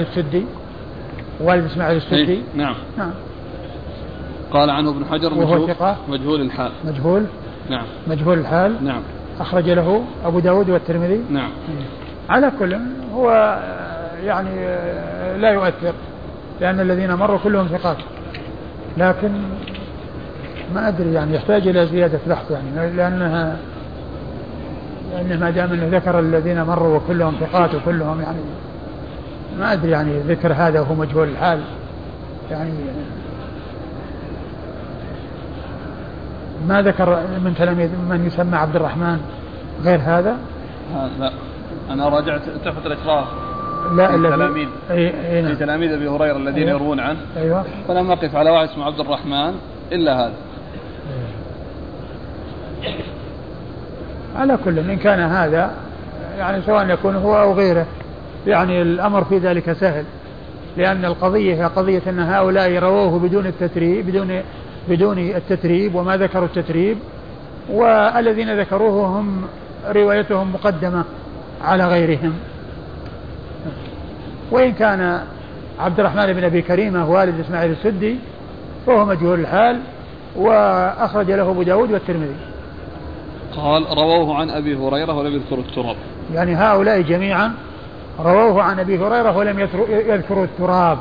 السدي. نعم. قال عنه ابن حجر مجهول الحال. نعم. أخرج له أبو داود والترمذي. نعم. على كل هو يعني لا يؤثر، لأن الذين مروا كلهم ثقات، لكن ما أدري يعني يحتاج إلى زيادة بحث يعني، لأن ما دام أنه ذكر الذين مروا وكلهم ثقات وكلهم يعني ما أدري يعني ذكر هذا وهو مجهول الحال يعني ما ذكر من تلاميذ من يسمى عبد الرحمن غير هذا. لا أنا راجعت تحفة الأشراف التلاميذ في تلاميذ أبي هريرة الذين يروون عنه. أيوة. فلم أقف على واحد اسمه عبد الرحمن إلا هذا. على كل إن كان هذا يعني سواء يكون هو أو غيره يعني الأمر في ذلك سهل، لأن القضية هي قضية أن هؤلاء رووه بدون التتريب وما ذكروا التتريب، والذين ذكروه هم روايتهم مقدمة على غيرهم. وإن كان عبد الرحمن بن أبي كريمة والد إسماعيل السدي فهو مجهول الحال، وأخرج له أبو داود والترمذي. قال رووه عن أبي هريرة ولم يذكروا التراب، يعني هؤلاء جميعا رووه عن أبي هريرة ولم يذكروا التراب.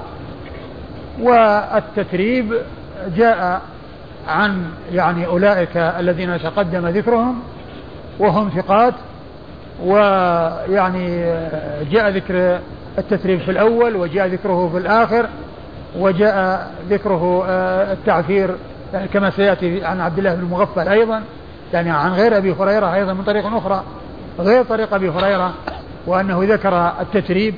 والتتريب جاء عن يعني أولئك الذين تقدم ذكرهم وهم ثقات، ويعني جاء ذكر التتريب في الأول وجاء ذكره في الآخر، وجاء ذكره التعفير يعني كما سيأتي عن عبد الله بن المغفل أيضا، يعني عن غير أبي هريرة أيضا من طريق أخرى غير طريق أبي هريرة، وأنه ذكر التتريب.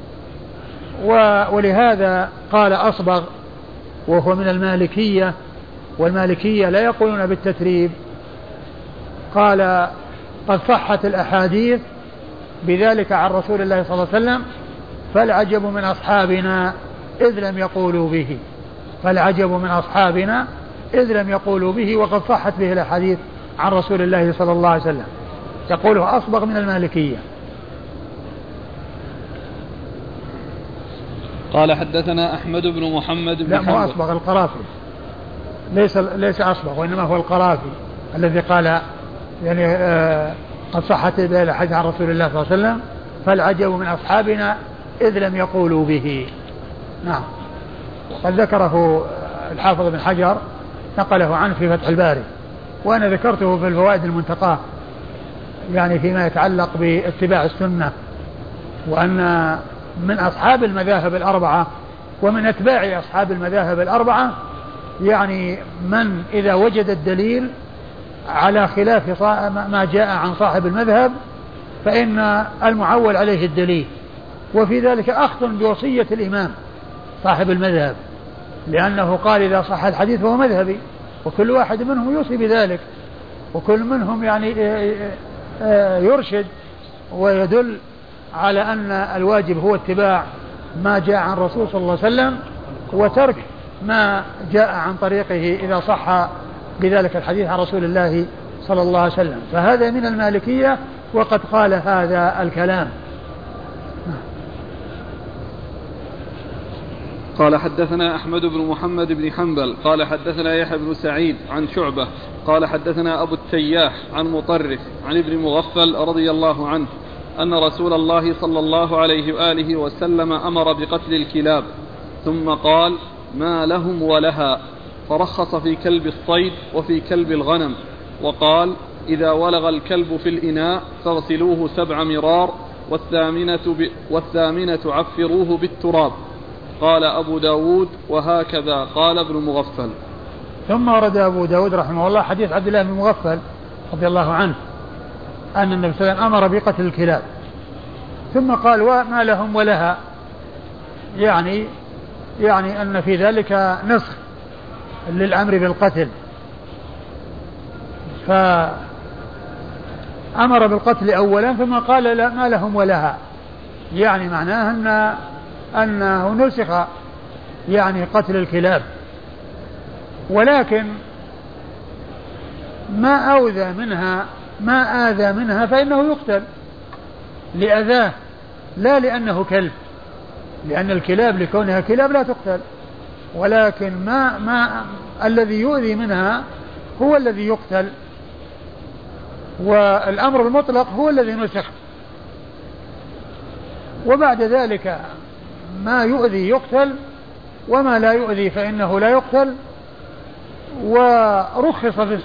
ولهذا قال أصبغ وهو من المالكية، والمالكية لا يقولون بالتتريب، قال قد صحت الأحاديث بذلك عن رسول الله صلى الله عليه وسلم، فالعجب من أصحابنا إذ لم يقولوا به، فالعجب من أصحابنا إذ لم يقولوا به، وقد صحت به الأحاديث عن رسول الله صلى الله عليه وسلم. يقوله أصبغ من المالكية. قال حدثنا أحمد بن محمد بن لا مو أصبغ، القرافي ليس أصبغ، وإنما هو القرافي الذي قال يعني قد صحت به الحديث عن رسول الله صلى الله عليه وسلم فالعجب من أصحابنا إذ لم يقولوا به. نعم. وقد ذكره الحافظ بن حجر نقله عنه في فتح الباري، وأنا ذكرته في الفوائد المنتقاة يعني فيما يتعلق باتباع السنة، وأن من أصحاب المذاهب الأربعة ومن أتباع أصحاب المذاهب الأربعة يعني من إذا وجد الدليل على خلاف ما جاء عن صاحب المذهب فإن المعول عليه الدليل، وفي ذلك أخذ بوصية الإمام صاحب المذهب، لأنه قال إذا صح الحديث فهو مذهبي، وكل واحد منهم يوصي بذلك، وكل منهم يعني يرشد ويدل على أن الواجب هو اتباع ما جاء عن الرسول صلى الله عليه وسلم وترك ما جاء عن طريقه إذا صح بذلك الحديث عن رسول الله صلى الله عليه وسلم. فهذا من المالكية وقد قال هذا الكلام. قال حدثنا أحمد بن محمد بن حنبل قال حدثنا يحيى بن سعيد عن شعبة قال حدثنا أبو التياح عن مطرف عن ابن مغفل رضي الله عنه أن رسول الله صلى الله عليه وآله وسلم أمر بقتل الكلاب ثم قال ما لهم ولها، فرخص في كلب الصيد وفي كلب الغنم، وقال إذا ولغ الكلب في الإناء فاغسلوه 7 مرار والثامنة عفروه بالتراب. قال أبو داود وهكذا قال ابن مغفل. ثم ورد أبو داود رحمه الله حديث عبد الله بن مغفل رضي الله عنه أن النبي صلى الله عليه وسلم أمر بقتل الكلاب، ثم قال وما لهم ولها، يعني أن في ذلك نسخ للأمر بالقتل، فأمر بالقتل أولا ثم قال لا ما لهم ولها، يعني معناه أنه نسخ يعني قتل الكلاب، ولكن ما آذى منها فإنه يقتل لأذاه لا لأنه كلب، لأن الكلاب لكونها كلاب لا تقتل، ولكن ما الذي يؤذي منها هو الذي يقتل، والأمر المطلق هو الذي نسخ، وبعد ذلك ما يؤذي يقتل وما لا يؤذي فإنه لا يقتل. ورخص في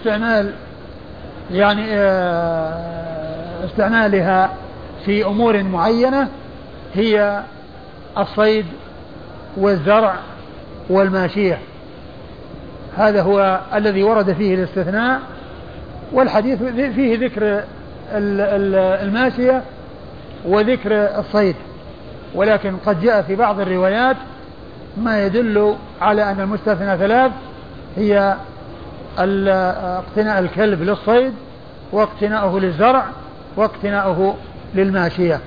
استعمالها في أمور معينة هي الصيد والزرع والماشية، هذا هو الذي ورد فيه الاستثناء، والحديث فيه ذكر الماشية وذكر الصيد، ولكن قد جاء في بعض الروايات ما يدل على أن المستثنى 3 هي اقتناء الكلب للصيد واقتناؤه للزرع واقتناؤه للماشية.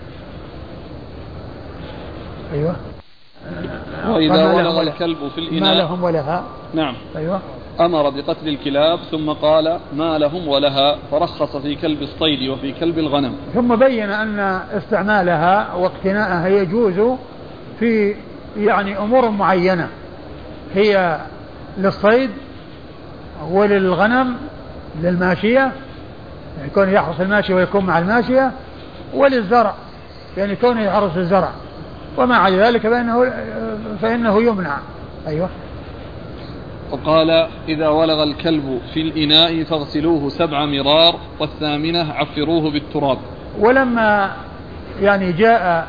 أيوة. وإذا ولغ الكلب في الإناء ما لهم ولها. نعم. أيوة. أمر بقتل الكلاب ثم قال ما لهم ولها، فرخص في كلب الصيد وفي كلب الغنم، ثم بين أن استعمالها واقتناءها يجوز في يعني أمور معينة هي للصيد وللغنم للماشية يكون يحرس الماشية ويكون مع الماشية، وللزرع يعني كونه يحرس الزرع، وما عدا ذلك فإنه يمنع. أيوة. وقال إذا ولغ الكلب في الإناء فاغسلوه 7 مرار والثامنة عفروه بالتراب. ولما يعني جاء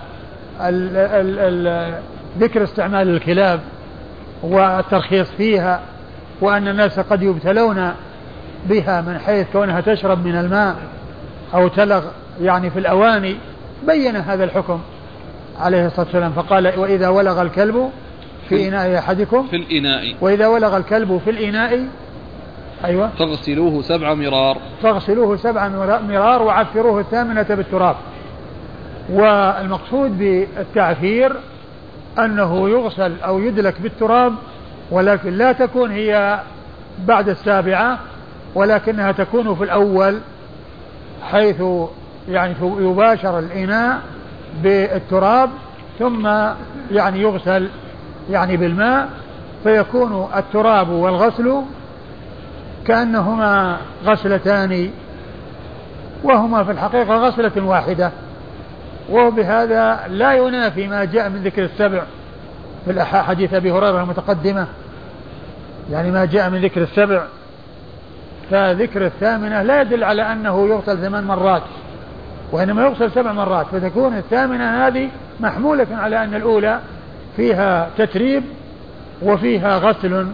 ذكر استعمال الكلاب والترخيص فيها وأن الناس قد يبتلون بها من حيث كونها تشرب من الماء أو تلغ يعني في الأواني، بين هذا الحكم عليه الصلاة والسلام فقال وإذا ولغ الكلب في إناء أحدكم في الإناء، وإذا ولغ الكلب في الإناء أيوة فاغسلوه 7 مرار، فاغسلوه 7 مرار وعفروه 8 بالتراب. والمقصود بالتعفير أنه يغسل أو يدلك بالتراب، ولكن لا تكون هي بعد 7، ولكنها تكون في الأول حيث يعني يباشر الإناء بالتراب ثم يعني يغسل يعني بالماء، فيكون التراب والغسل كأنهما غسلتان وهما في الحقيقة غسلة واحدة، وبهذا لا ينافي ما جاء من ذكر السبع في الأحاديث أبي هريرة المتقدمة، يعني ما جاء من ذكر السبع، فذكر الثامنة لا يدل على أنه يغسل 8 مرات، وإنما يغسل 7 مرات، فتكون الثامنة هذه محمولة على أن الأولى فيها تتريب وفيها غسل.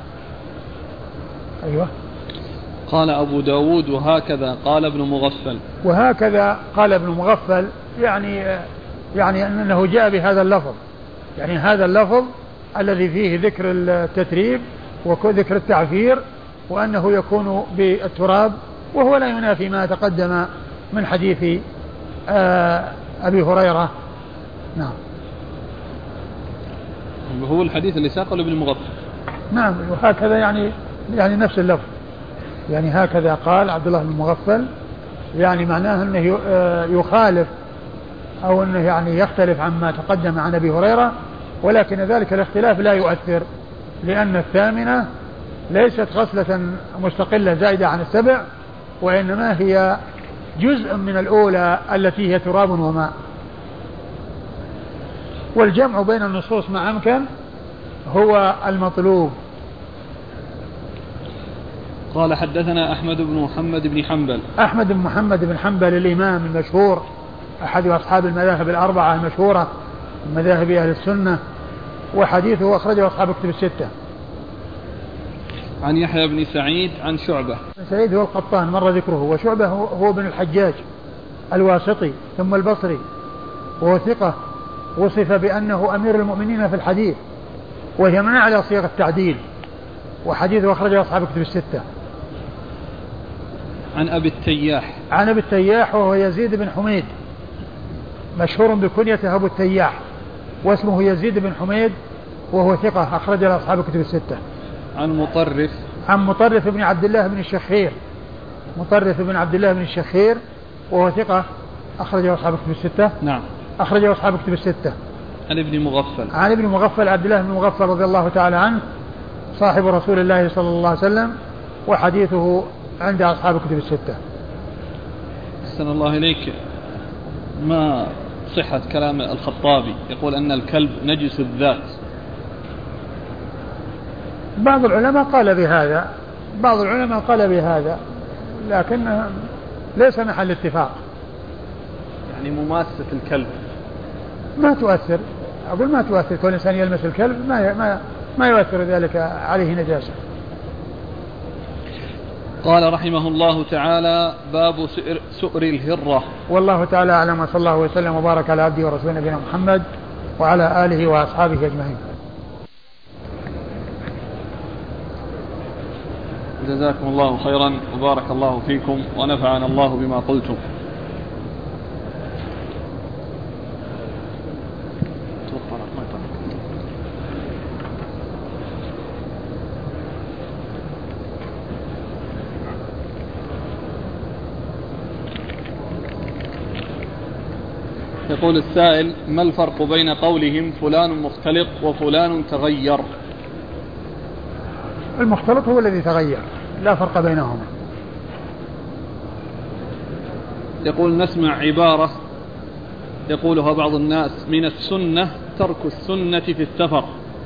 أيوة. قال أبو داود وهكذا قال ابن مغفل. وهكذا قال ابن مغفل، يعني أنه جاء بهذا اللفظ، يعني هذا اللفظ الذي فيه ذكر التتريب وذكر التعفير وأنه يكون بالتراب، وهو لا ينافي ما تقدم من حديث أبي هريرة. نعم. هو الحديث اللي ساقه ابن مغفل. نعم. وهكذا يعني نفس اللفظ، يعني هكذا قال عبد الله بن مغفل، يعني معناه أنه يخالف أو أنه يعني يختلف عما تقدم عن أبي هريرة، ولكن ذلك الاختلاف لا يؤثر، لأن الثامنة ليست غسلة مستقلة زائدة عن السبع، وإنما هي جزء من الأولى التي هي تراب وماء. والجمع بين النصوص ما أمكن هو المطلوب. قال حدثنا أحمد بن محمد بن حنبل. أحمد بن محمد بن حنبل الإمام المشهور، أحد أصحاب المذاهب الأربعة المشهورة من مذاهب أهل السنة، وحديثه أخرجه أصحاب كتب الستة. عن يحيى بن سعيد عن شعبة. سعيد هو القطان مر ذكره، وشعبة هو بن الحجاج الواسطي ثم البصري، وهو ثقة، وصف بأنه أمير المؤمنين في الحديث، وهي من أعلى صيغ التعديل، وحديثه أخرجه أصحاب كتب الستة. عن أبي التياح. عن أبي التياح وهو يزيد بن حميد، مشهور بكنيته أبو التياح، واسمه يزيد بن حميد، وهو ثقة أخرج له أصحاب كتب الستة. عن مطرف. عن مطرف بن عبد الله بن الشخير، مطرف بن عبد الله بن الشخير، وهو ثقة أخرجه أصحاب كتب الستة. نعم. أخرجه أصحاب كتب الستة. عن ابن مغفل. عن ابن مغفل عبد الله بن مغفل رضي الله تعالى عنه، صاحب رسول الله صلى الله عليه وسلم، وحديثه عند أصحاب كتب الستة. أحسن الله إليك. ما صحة كلام الخطابي يقول أن الكلب نجس الذات؟ بعض العلماء قال بهذا، لكن ليس محل اتفاق. يعني مماسة الكلب ما تؤثر، أقول ما تؤثر، كل إنسان يلمس الكلب ما يؤثر ذلك عليه نجاسة. قال رحمه الله تعالى: باب سؤر الهرة. والله تعالى أعلم، وصلى الله وسلم وبارك على عبده ورسوله نبينا محمد وعلى آله وأصحابه أجمعين. جزاكم الله خيرا وبارك الله فيكم ونفعنا الله بما قلتم. يقول السائل: ما الفرق بين قولهم فلان مختلط وفلان تغير؟ المختلط هو الذي تغير، لا فرق بينهما. يقول: نسمع عبارة يقولها بعض الناس: من السنة ترك السنة في السفر،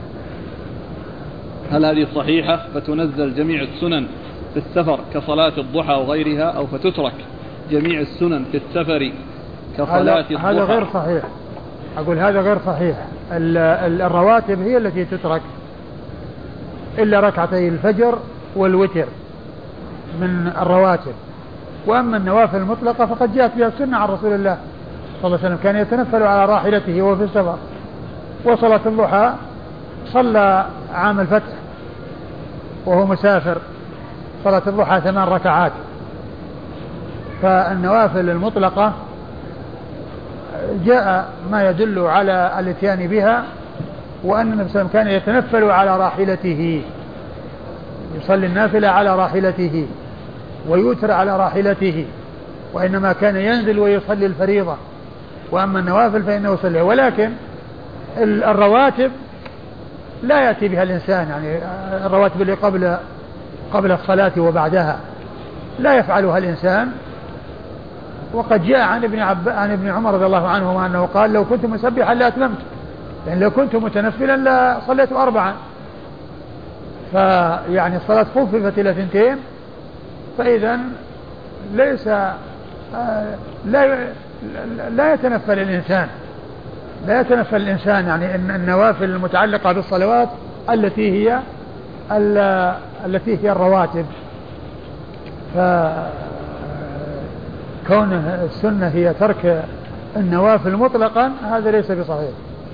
هل هذه صحيحة؟ فتنزل جميع السنن في السفر كصلاة الضحى وغيرها، أو فتترك جميع السنن في السفر كصلاة الضحى؟ هذا غير صحيح، أقول هذا غير صحيح. الرواتب هي التي تترك، إلا ركعتي الفجر والوتر من الرواتب، وأما النوافل المطلقة فقد جاءت بها السنة عن رسول الله صلى الله عليه وسلم، كان يتنفل على راحلته وهو في السفر. وصلاة الضحى صلى عام الفتح وهو مسافر صلاة الضحى 8 ركعات. فالنوافل المطلقة جاء ما يدل على الاتيان بها، وأن النبي صلى الله عليه وسلم كان يتنفل على راحلته، يصلي النافلة على راحلته ويوتر على راحلته، وإنما كان ينزل ويصلي الفريضة، وأما النوافل فإنه يصلي. ولكن الرواتب لا يأتي بها الإنسان، يعني الرواتب اللي قبل الصلاة وبعدها لا يفعلها الإنسان. وقد جاء عن ابن عمر رضي الله عنه أنه قال لو كنت مسبحا لأتممت، لأن لو كنت متنفلا لصليت 4. فيعني الصلاة خففت إلى 2، فإذا ليس لا يتنفل الإنسان يعني النوافل المتعلقة بالصلوات التي هي الرواتب. فكون السنة هي ترك النوافل مطلقا هذا ليس بصحيح.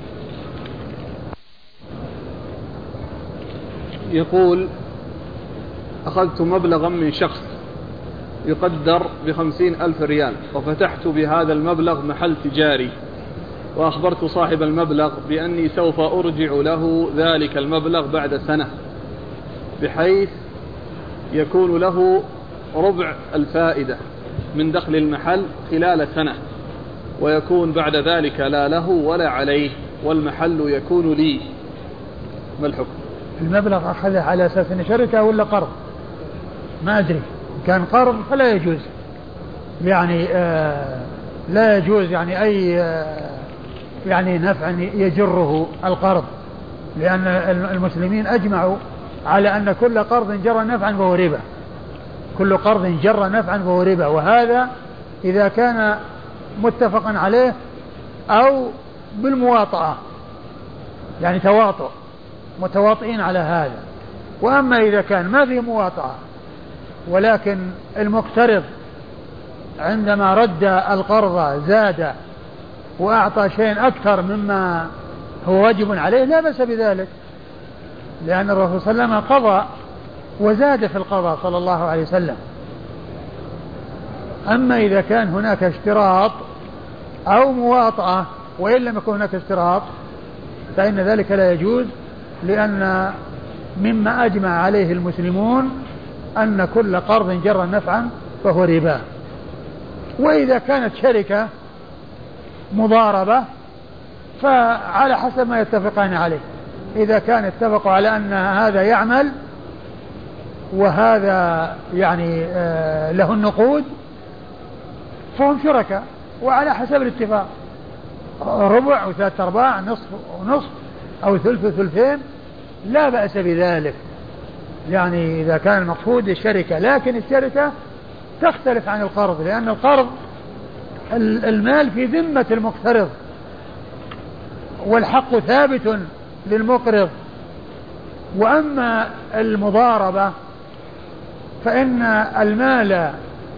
يقول أخذت مبلغا من شخص يقدر ب50,000 ريال وفتحت بهذا المبلغ محل تجاري، وأخبرت صاحب المبلغ بأني سوف أرجع له ذلك المبلغ بعد سنة، بحيث يكون له ربع الفائدة من دخل المحل خلال سنة، ويكون بعد ذلك لا له ولا عليه، والمحل يكون لي، ما الحكم؟ المبلغ أخذه على أساس أنه شركة ولا قرض؟ ما أدري. كان قرض فلا يجوز، يعني لا يجوز يعني أي يعني نفع يجره القرض، لأن المسلمين أجمعوا على أن كل قرض جر نفعا فهو ربا، كل قرض جر نفعا فهو ربا. وهذا إذا كان متفقا عليه أو بالمواطأة، يعني تواطؤ، متواطئين على هذا. وأما إذا كان ما فيه مواطأة ولكن المقترض عندما رد القرض زاد وأعطى شيء أكثر مما هو واجب عليه لا بأس بذلك، لأن الرسول صلى الله عليه وسلم قضى وزاد في القضاء صلى الله عليه وسلم. أما إذا كان هناك اشتراط أو مواطأة وإن لم يكن هناك اشتراط فإن ذلك لا يجوز، لأن مما أجمع عليه المسلمون أن كل قرض جر نفعا فهو ربا. وإذا كانت شركة مضاربة فعلى حسب ما يتفقان عليه، إذا كان اتفقوا على أن هذا يعمل وهذا يعني له النقود فهم شركاء، وعلى حسب الاتفاق ربع و3/4 نصف ونصف أو ثلث وثلثين لا بأس بذلك، يعني إذا كان المقصود الشركة. لكن الشركة تختلف عن القرض، لأن القرض المال في ذمة المقترض والحق ثابت للمقرض. وأما المضاربة فإن المال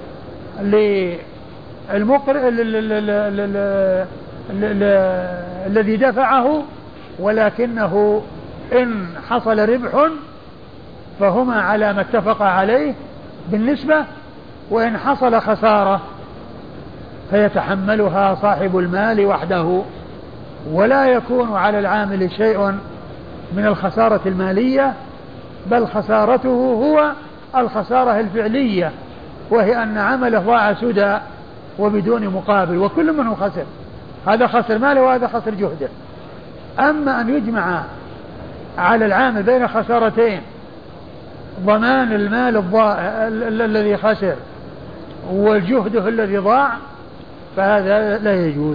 الذي دفعه، ولكنه إن حصل ربح فهما على ما اتفق عليه بالنسبة، وإن حصل خسارة فيتحملها صاحب المال وحده، ولا يكون على العامل شيء من الخسارة المالية، بل خسارته هو الخسارة الفعلية، وهي أن عمله ضاع سدى وبدون مقابل، وكل منه خسر، هذا خسر ماله وهذا خسر جهده. أما أن يجمع على العامل بين خسارتين، ضمان المال الذي خسر والجهده الذي ضاع، فهذا لا يجوز.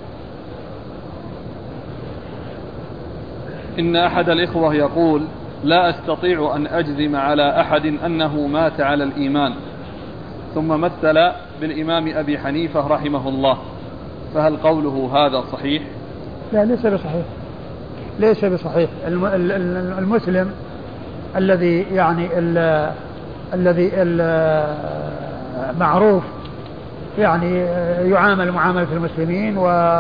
إن أحد الإخوة يقول: لا أستطيع أن أجزم على أحد أنه مات على الإيمان، ثم مثل بالإمام أبي حنيفة رحمه الله، فهل قوله هذا صحيح؟ لا، ليس بصحيح، ليس بصحيح. المسلم الذي يعني الذي معروف يعني يعامل معاملة المسلمين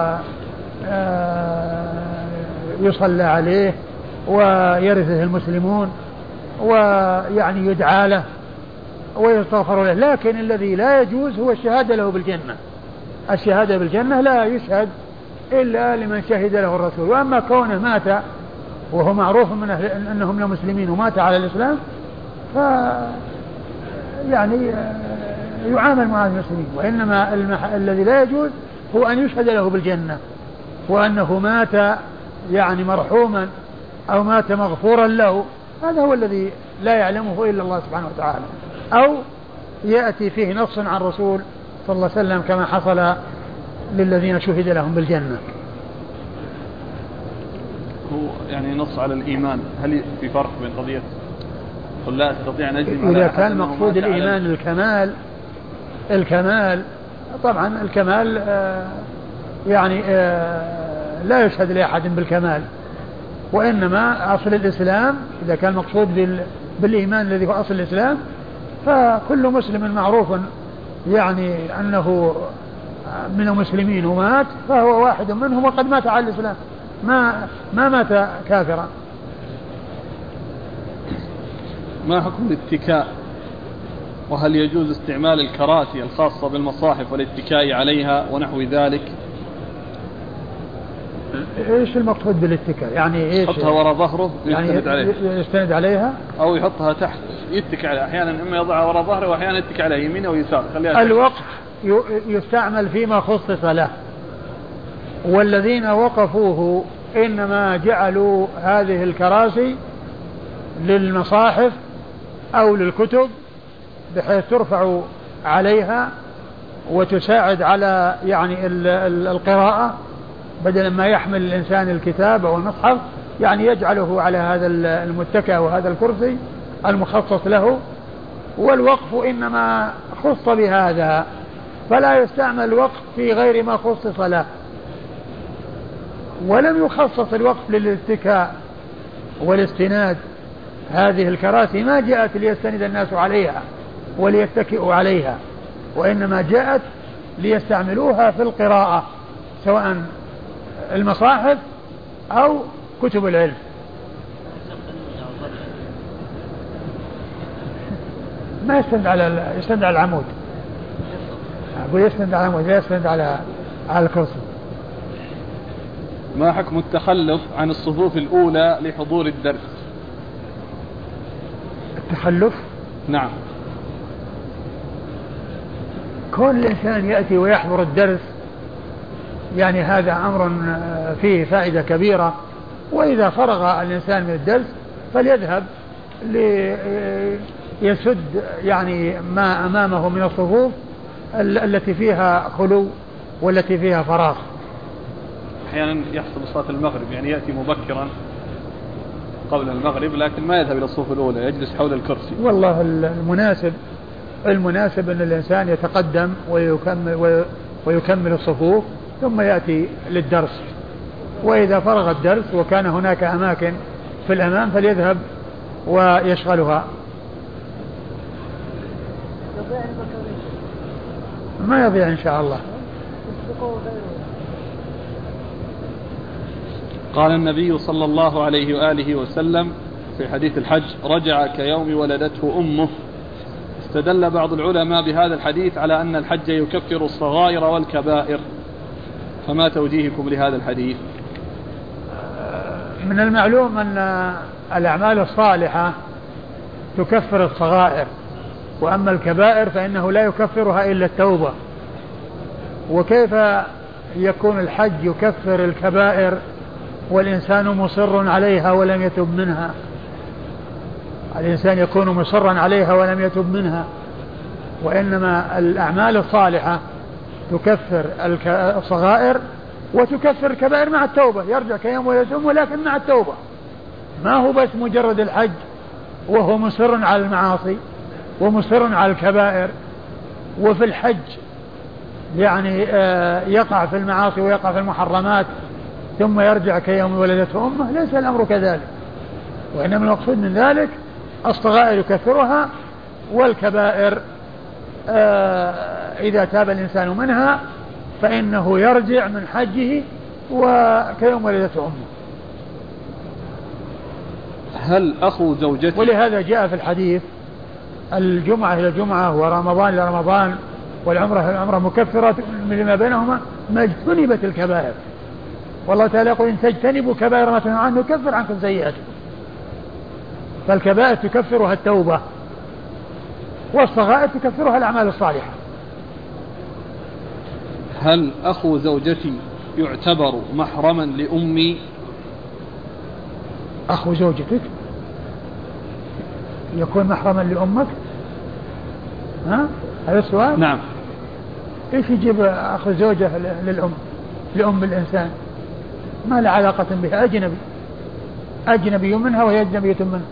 ويصلى عليه ويرثه المسلمون ويعني يدعى له ويستغفر له، لكن الذي لا يجوز هو الشهادة له بالجنة. الشهادة بالجنة لا يشهد إلا لمن شهد له الرسول. وأما كونه مات وهو معروف من أنهم لمسلمين ومات على الإسلام ف يعني يعامل مع المسلمين. وإنما الذي لا يجوز هو أن يشهد له بالجنة وأنه مات يعني مرحوما أو مات مغفورا له، هذا هو الذي لا يعلمه إلا الله سبحانه وتعالى، أو يأتي فيه نص عن رسول صلى الله عليه وسلم كما حصل للذين شهد لهم بالجنة. هو يعني نص على الإيمان، هل في فرق بين قضية قل لا أستطيع أن أجزم إذا كان مقصود الإيمان الكمال طبعا الكمال يعني لا يشهد لأحد بالكمال، وإنما أصل الإسلام إذا كان مقصود بالإيمان الذي هو أصل الإسلام، فكل مسلم معروف يعني أنه من المسلمين ومات فهو واحد منهم وقد مات على الإسلام، ما مات كافرا. ما حكم الاتكاء؟ وهل يجوز استعمال الكراسي الخاصة بالمصاحف والاتكاء عليها ونحو ذلك؟ ايش المقصود بالاتكاء؟ يعني ايش؟ يحطها وراء ظهره ويستند عليها، يستند عليها او يحطها تحت يتكي عليها، احيانا اما يضعها وراء ظهره واحيانا يتكي عليها يمين او يسار. الوقف يستعمل فيما خصص له، والذين وقفوه انما جعلوا هذه الكراسي للمصاحف او للكتب بحيث ترفع عليها وتساعد على يعني القراءة، بدل ما يحمل الإنسان الكتاب أو المصحف يعني يجعله على هذا المتكئ وهذا الكرسي المخصص له. والوقف إنما خص بهذا، فلا يستعمل الوقف في غير ما خصص له، ولم يخصص الوقف للاتكاء والاستناد. هذه الكراسي ما جاءت ليستند الناس عليها وليتكئوا عليها، وإنما جاءت ليستعملوها في القراءة سواء المصاحف أو كتب العلم. ما يستند يستند على العمود، أقول يستند على العمود لا يستند على الكرسي. ما حكم التخلف عن الصفوف الأولى لحضور الدرس؟ التخلف؟ نعم، كون الإنسان يأتي ويحضر الدرس يعني هذا أمر فيه فائدة كبيرة، وإذا فرغ الإنسان من الدرس فليذهب ليسد يعني ما أمامه من الصفوف التي فيها خلو والتي فيها فراغ. أحيانا يحصل صلاة المغرب يعني يأتي مبكرا قبل المغرب لكن ما يذهب إلى الصفوف الأولى، يجلس حول الكرسي. والله المناسب أن الإنسان يتقدم ويكمل الصفوف ثم يأتي للدرس، وإذا فرغ الدرس وكان هناك أماكن في الأمام فليذهب ويشغلها. ما يضيع إن شاء الله. قال النبي صلى الله عليه وآله وسلم في حديث الحج: رجع كيوم ولدته أمه. استدل بعض العلماء بهذا الحديث على أن الحج يكفر الصغائر والكبائر، فما توجيهكم لهذا الحديث؟ من المعلوم أن الأعمال الصالحة تكفر الصغائر، وأما الكبائر فإنه لا يكفرها إلا التوبة. وكيف يكون الحج يكفر الكبائر والإنسان مصر عليها ولم يتب منها؟ الإنسان يكون مصرا عليها ولم يتب منها، وإنما الأعمال الصالحة تكفر الصغائر وتكفر الكبائر مع التوبة. يرجع كيوم ويتم ولكن مع التوبة، ما هو بس مجرد الحج وهو مصر على المعاصي ومصر على الكبائر، وفي الحج يعني يقع في المعاصي ويقع في المحرمات ثم يرجع كيوم ولدته أمه. ليس الأمر كذلك، وإنما المقصود من ذلك الصغائر يكفرها، والكبائر إذا تاب الإنسان منها فإنه يرجع من حجه وكيوم ولدته أمه. هل أخو زوجته؟ ولهذا جاء في الحديث: الجمعة إلى الجمعة ورمضان إلى رمضان والعمرة إلى العمرة مكفرات لما بينهما ما اجتنبت الكبائر. والله تعالى يقول: إن تجتنبوا كبائر ما تنهون عنه نكفر عنكم سيئاتكم. فالكبائر تكفرها التوبة، والصغائر تكفرها الأعمال الصالحة. هل أخو زوجتي يعتبر محرما لأمي؟ أخو زوجتك يكون محرما لأمك؟ ها؟ هذا السؤال؟ نعم. إيش يجيب أخو زوجة للأم، لأم الإنسان؟ ما له علاقة بها، أجنبي منها وهي أجنبية منه.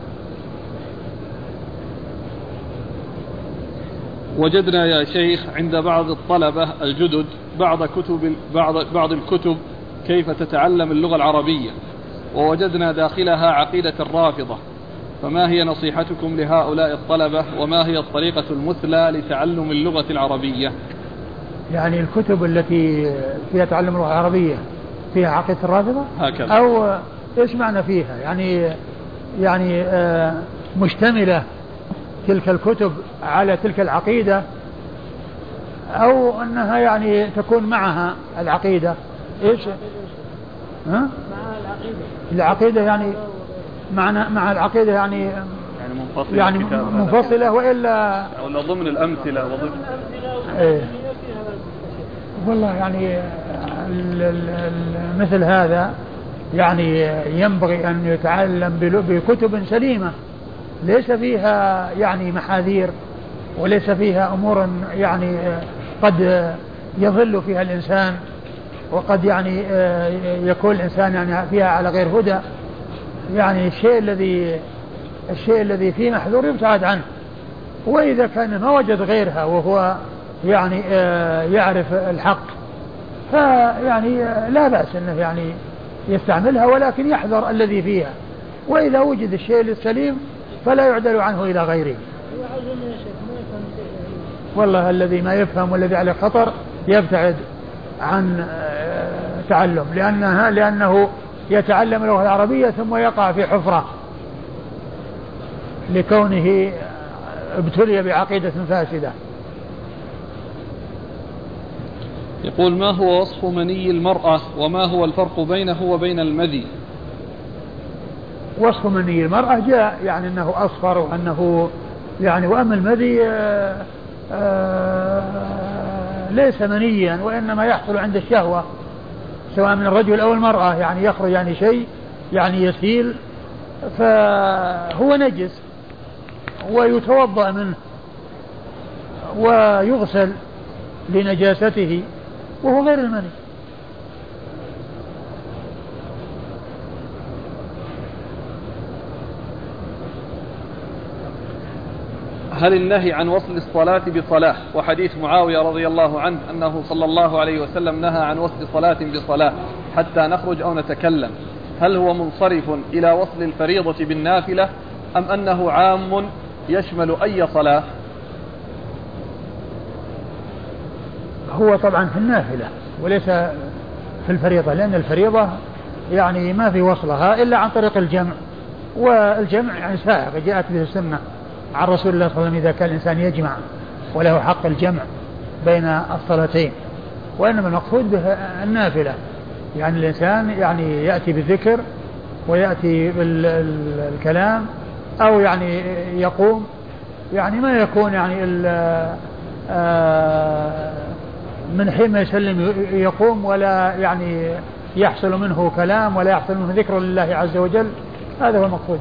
وجدنا يا شيخ عند بعض الطلبة الجدد بعض الكتب كيف تتعلم اللغة العربية، ووجدنا داخلها عقيدة الرافضة، فما هي نصيحتكم لهؤلاء الطلبة، وما هي الطريقة المثلى لتعلم اللغة العربية؟ يعني الكتب التي فيها تعلم اللغة العربية فيها عقيدة الرافضة هكذا، أو إيش معنى فيها؟ يعني مشتملة تلك الكتب على تلك العقيدة، أو أنها يعني تكون معها العقيدة؟ إيش؟ ها؟ العقيدة يعني مع العقيدة يعني منفصلة وإلا ولا ضمن الأمثلة وضمن إيه؟ والله يعني مثل هذا يعني ينبغي أن يتعلم بكتب سليمة ليس فيها يعني محاذير، وليس فيها أمور يعني قد يضل فيها الإنسان، وقد يعني يكون الإنسان يعني فيها على غير هدى. يعني الشيء الذي فيه محذور يبتعد عنه، وإذا كان ما وجد غيرها وهو يعني يعرف الحق فيعني لا بأس أنه يعني يستعملها، ولكن يحذر الذي فيها، وإذا وجد الشيء السليم فلا يعدل عنه إلى غيره. والله الذي ما يفهم والذي عليه خطر يبتعد عن تعلم، لأنه يتعلم اللغة العربية ثم يقع في حفرة لكونه ابتلي بعقيدة فاسدة. يقول: ما هو وصف مني المرأة، وما هو الفرق بينه وبين المذي؟ وصف مني المرأة جاء يعني أنه أصفر، وأنه يعني وأما المذي ليس منيا، وإنما يحصل عند الشهوة سواء من الرجل أو المرأة، يعني يخرج يعني شيء يعني يسيل، فهو نجس ويتوضأ منه ويغسل لنجاسته وهو غير المني. هل النهي عن وصل الصلاة بصلاة، وحديث معاوية رضي الله عنه أنه صلى الله عليه وسلم نهى عن وصل صلاة بصلاة حتى نخرج أو نتكلم، هل هو منصرف إلى وصل الفريضة بالنافلة، أم أنه عام يشمل أي صلاة؟ هو طبعا في النافلة وليس في الفريضة، لأن الفريضة يعني ما في وصلها إلا عن طريق الجمع، والجمع يعني سائغ جاءت به السنة عن رسول الله صلى الله عليه وسلم إذا كان الإنسان يجمع وله حق الجمع بين الصلاتين. وإنما المقصود به النافلة، يعني الإنسان يعني يأتي بالذكر ويأتي بالكلام، أو يعني يقوم، يعني ما يكون يعني من حين ما يسلم يقوم ولا يعني يحصل منه كلام ولا يحصل منه ذكر لله عز وجل. هذا هو المقصود.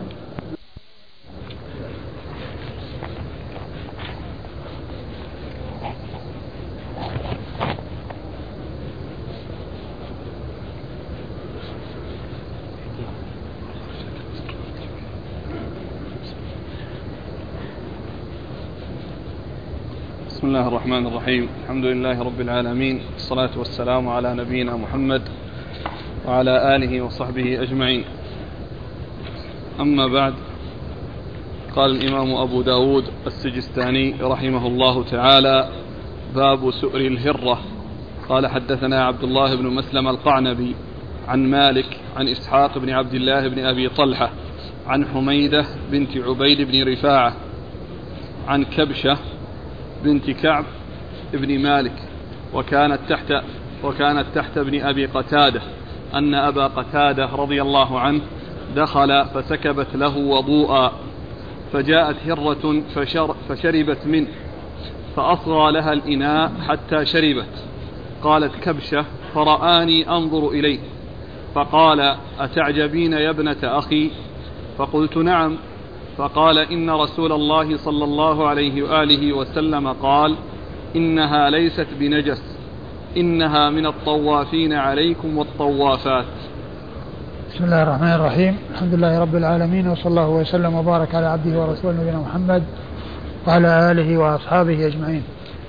بسم الله الرحمن الرحيم. الحمد لله رب العالمين، والصلاة والسلام على نبينا محمد وعلى آله وصحبه أجمعين. أما بعد، قال الإمام أبو داود السجستاني رحمه الله تعالى: باب سؤر الهرة. قال: حدثنا عبد الله بن مسلم القعنبي عن مالك عن إسحاق بن عبد الله بن أبي طلحة عن حميدة بنت عبيد بن رفاعة عن كبشة بنت كعب بن مالك وكانت تحت ابن أبي قتادة، أن أبا قتادة رضي الله عنه دخل فسكبت له وضوءا، فجاءت هرة فشربت منه، فأصغى لها الإناء حتى شربت. قالت كبشة: فرآني أنظر إليه، فقال: أتعجبين يا ابنة أخي؟ فقلت: نعم. فقال إن رسول الله صلى الله عليه وآله وسلم قال إنها ليست بنجس إنها من الطوافين عليكم والطوافات. بسم الله الرحمن الرحيم. الحمد لله رب العالمين، وصلى الله وسلم وبارك على عبده ورسوله نبينا محمد وعلى آله وأصحابه أجمعين.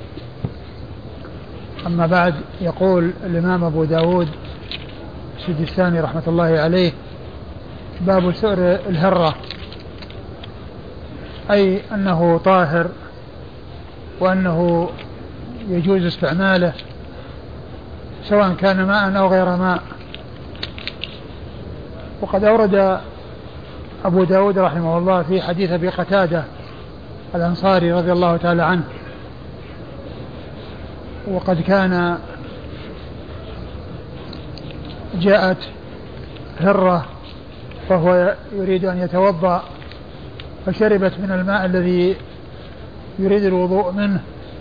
أما بعد، يقول الإمام أبو داود السجستاني رحمة الله عليه: باب سؤر الهرة، أي أنه طاهر وأنه يجوز استعماله سواء كان ماء أو غير ماء. وقد أورد أبو داود رحمه الله في حديث أبي قتادة الأنصاري رضي الله تعالى عنه، وقد كان جاءت هرة وهو يريد أن يتوضأ فشربت من الماء الذي يريد الوضوء منه،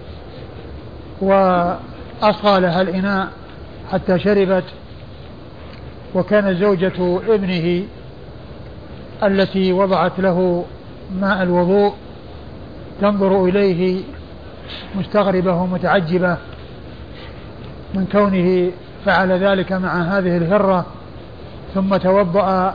وأصغى لها الإناء حتى شربت، وكانت زوجة ابنه التي وضعت له ماء الوضوء تنظر إليه مستغربة ومتعجبة من كونه فعل ذلك مع هذه الهرة، ثم توضأ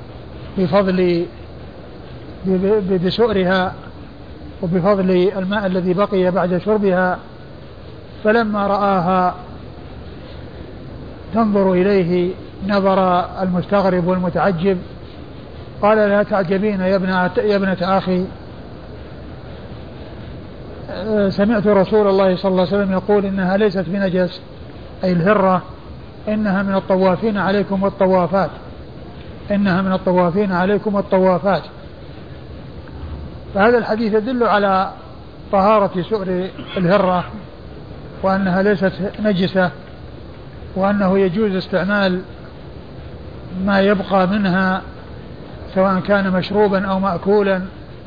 بسؤرها وبفضل الماء الذي بقي بعد شربها. فلما رآها تنظر إليه نظر المستغرب والمتعجب قال: لا تعجبين يا ابنة أخي، سمعت رسول الله صلى الله عليه وسلم يقول إنها ليست بنجس، أي الهرة، إنها من الطوافين عليكم والطوافات، إنها من الطوافين عليكم والطوافات. فهذا الحديث يدل على طهارة سؤر الهرة وأنها ليست نجسة، وأنه يجوز استعمال ما يبقى منها سواء كان مشروبا أو مأكولا.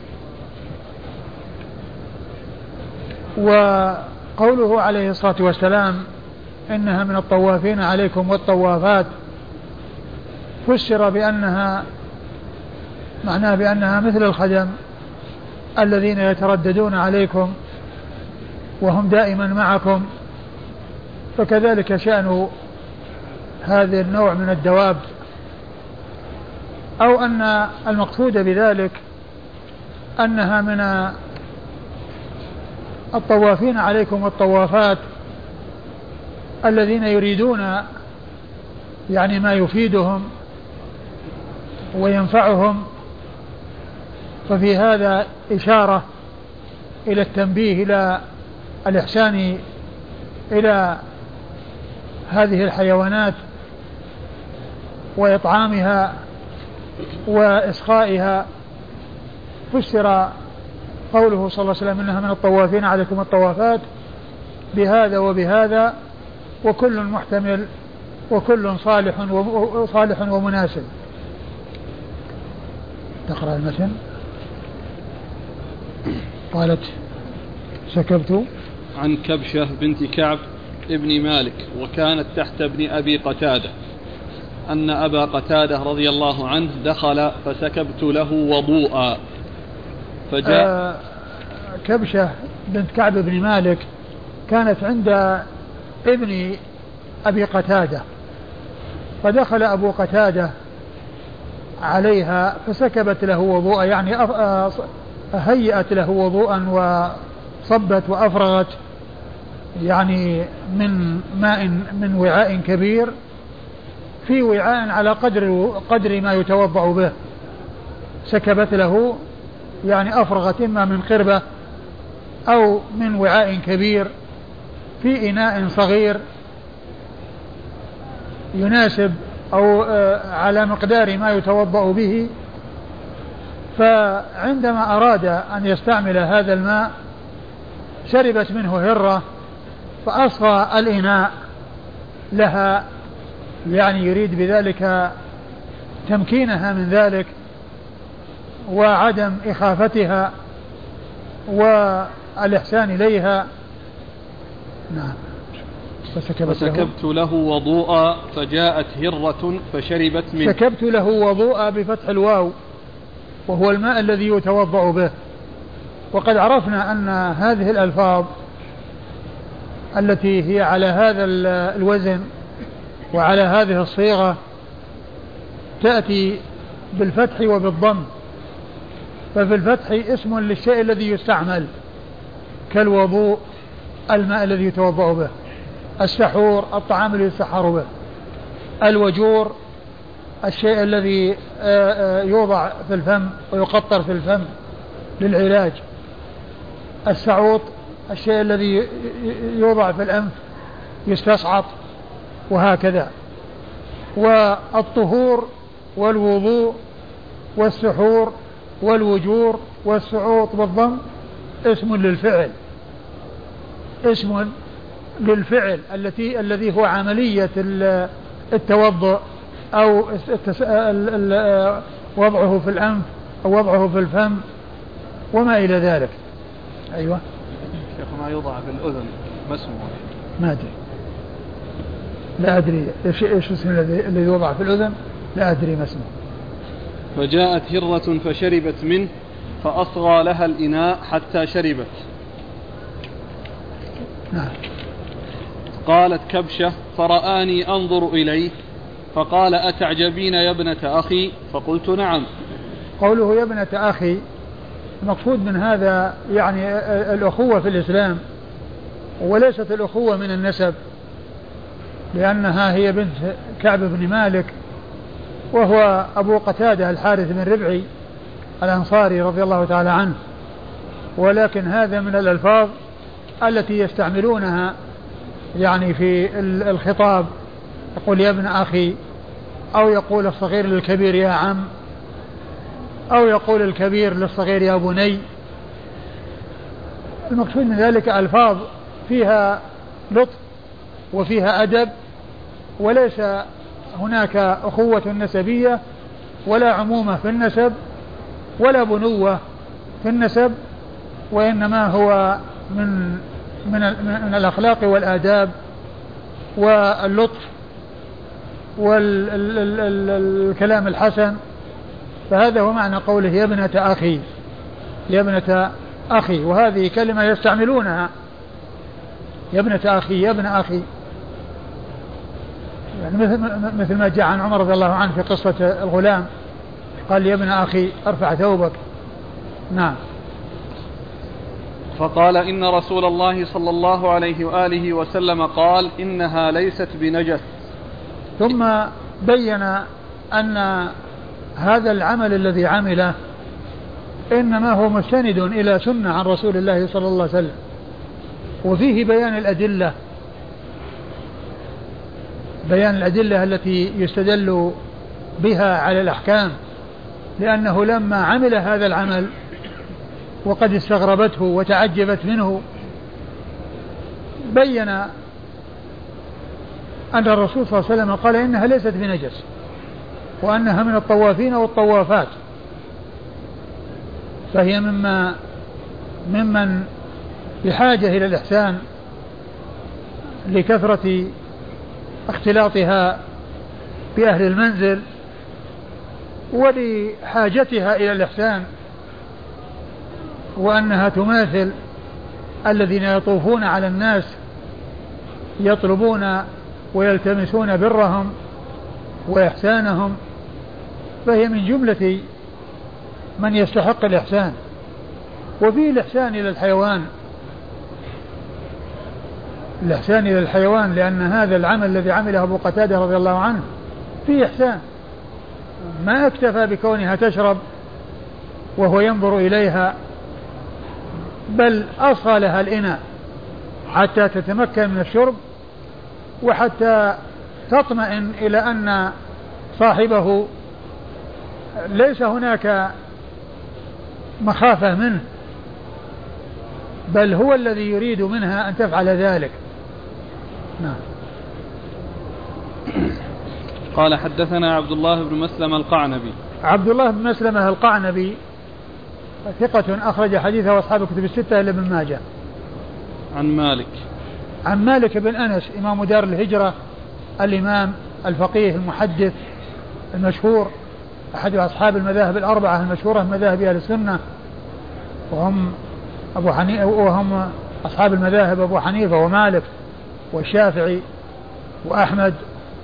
وقوله عليه الصلاة والسلام إنها من الطوافين عليكم والطوافات فسر بأنها معناه بأنها مثل الخدم الذين يترددون عليكم وهم دائما معكم، فكذلك شأن هذا النوع من الدواب، أو أن المقصود بذلك أنها من الطوافين عليكم والطوافات الذين يريدون يعني ما يفيدهم وينفعهم. ففي هذا إشارة إلى التنبيه إلى الإحسان إلى هذه الحيوانات وإطعامها وإسقائها. فسر قوله صلى الله عليه وسلم إنها من الطوافين عليكم الطوافات بهذا وبهذا، وكل محتمل وكل صالح ومناسب. تقرأ المتن. قالت: سكبت عن كبشة بنت كعب ابن مالك، وكانت تحت ابن أبي قتادة، أن أبا قتادة رضي الله عنه دخل فسكبت له وضوءا فجاء. كبشة بنت كعب بن مالك كانت عند ابن أبي قتادة، فدخل أبو قتادة عليها فسكبت له وضوءا، يعني هيأت له وضوءا وصبت وأفرغت يعني من ماء من وعاء كبير في وعاء على قدر ما يتوضأ به، سكبت له يعني أفرغت إما من قربة أو من وعاء كبير في إناء صغير يناسب أو على مقدار ما يتوضأ به. فعندما أراد أن يستعمل هذا الماء شربت منه هرة، فأصغى الإناء لها، يعني يريد بذلك تمكينها من ذلك وعدم إخافتها والإحسان إليها. نعم. فسكبت له وضوءا فجاءت هرة فشربت منه. سكبت له وضوءا بفتح الواو وهو الماء الذي يتوضأ به. وقد عرفنا أن هذه الألفاظ التي هي على هذا الوزن وعلى هذه الصيغة تأتي بالفتح وبالضم. ففي الفتح اسم للشيء الذي يستعمل كالوضوء الماء الذي يتوضأ به، السحور الطعام الذي يسحر به، الوجور الشيء الذي يوضع في الفم ويقطر في الفم للعلاج، السعوط الشيء الذي يوضع في الأنف يستصعط، وهكذا. والطهور والوضوء والسحور والوجور والسعوط بالضم اسم للفعل، اسم للفعل الذي هو عملية التوضؤ أو وضعه في الأنف أو وضعه في الفم وما إلى ذلك. أيوة شيخ، ما يوضع في الأذن ما اسمه؟ ما أدري، لا أدري إيش اسم الذي يوضع في الأذن، لا أدري ما اسمه. فجاءت هرة فشربت منه فأصغى لها الإناء حتى شربت. نعم. قالت كبشة فرآني أنظر إليه فقال أتعجبين يا ابنة أخي؟ فقلت نعم. قوله يا ابنة أخي المقصود من هذا يعني الأخوة في الإسلام، وليست الأخوة من النسب، لأنها هي بنت كعب بن مالك وهو أبو قتادة الحارث بن ربعي الأنصاري رضي الله تعالى عنه. ولكن هذا من الألفاظ التي يستعملونها يعني في الخطاب، يقول يا ابن أخي، أو يقول الصغير للكبير يا عم، أو يقول الكبير للصغير يا بني. المقصود من ذلك ألفاظ فيها لطف وفيها أدب، وليس هناك أخوة نسبية ولا عمومة في النسب ولا بنوة في النسب، وإنما هو من الأخلاق والآداب واللطف والكلام الحسن. فهذا هو معنى قوله يا ابنة أخي، يا ابنة أخي، وهذه كلمة يستعملونها، يا ابنة أخي، يا ابن أخي، يعني مثل ما جاء عن عمر رضي الله عنه في قصة الغلام قال يا ابن أخي ارفع ثوبك. نعم. فقال إن رسول الله صلى الله عليه وآله وسلم قال إنها ليست بنجس. ثم بين أن هذا العمل الذي عمله إنما هو مستند إلى سنة عن رسول الله صلى الله عليه وسلم، وفيه بيان الأدلة، بيان الأدلة التي يستدل بها على الأحكام، لأنه لما عمل هذا العمل وقد استغربته وتعجبت منه بين أن الرسول صلى الله عليه وسلم قال إنها ليست بنجس، وأنها من الطوافين والطوافات، فهي ممن بحاجة إلى الإحسان لكثرة اختلاطها بأهل المنزل ولحاجتها إلى الإحسان، وأنها تماثل الذين يطوفون على الناس يطلبون ويلتمسون برهم وإحسانهم، فهي من جملة من يستحق الإحسان. وفيه الإحسان إلى الحيوان، الإحسان إلى الحيوان، لأن هذا العمل الذي عمله أبو قتادة رضي الله عنه فيه إحسان، ما اكتفى بكونها تشرب وهو ينظر إليها، بل أصغى لها الإناء حتى تتمكن من الشرب وحتى تطمئن إلى أن صاحبه ليس هناك مخافة منه، بل هو الذي يريد منها أن تفعل ذلك. نعم. قال حدثنا عبد الله بن مسلم القعنبي. عبد الله بن مسلمة القعنبي ثقة أخرج حديثه أصحاب الكتب الستة إلا ابن ماجه. عن مالك بن أنس إمام دار الهجرة الإمام الفقيه المحدث المشهور أحد أصحاب المذاهب الأربعة المشهورة من مذاهب أهل السنة، وهم أصحاب المذاهب أبو حنيفة ومالك والشافعي وأحمد،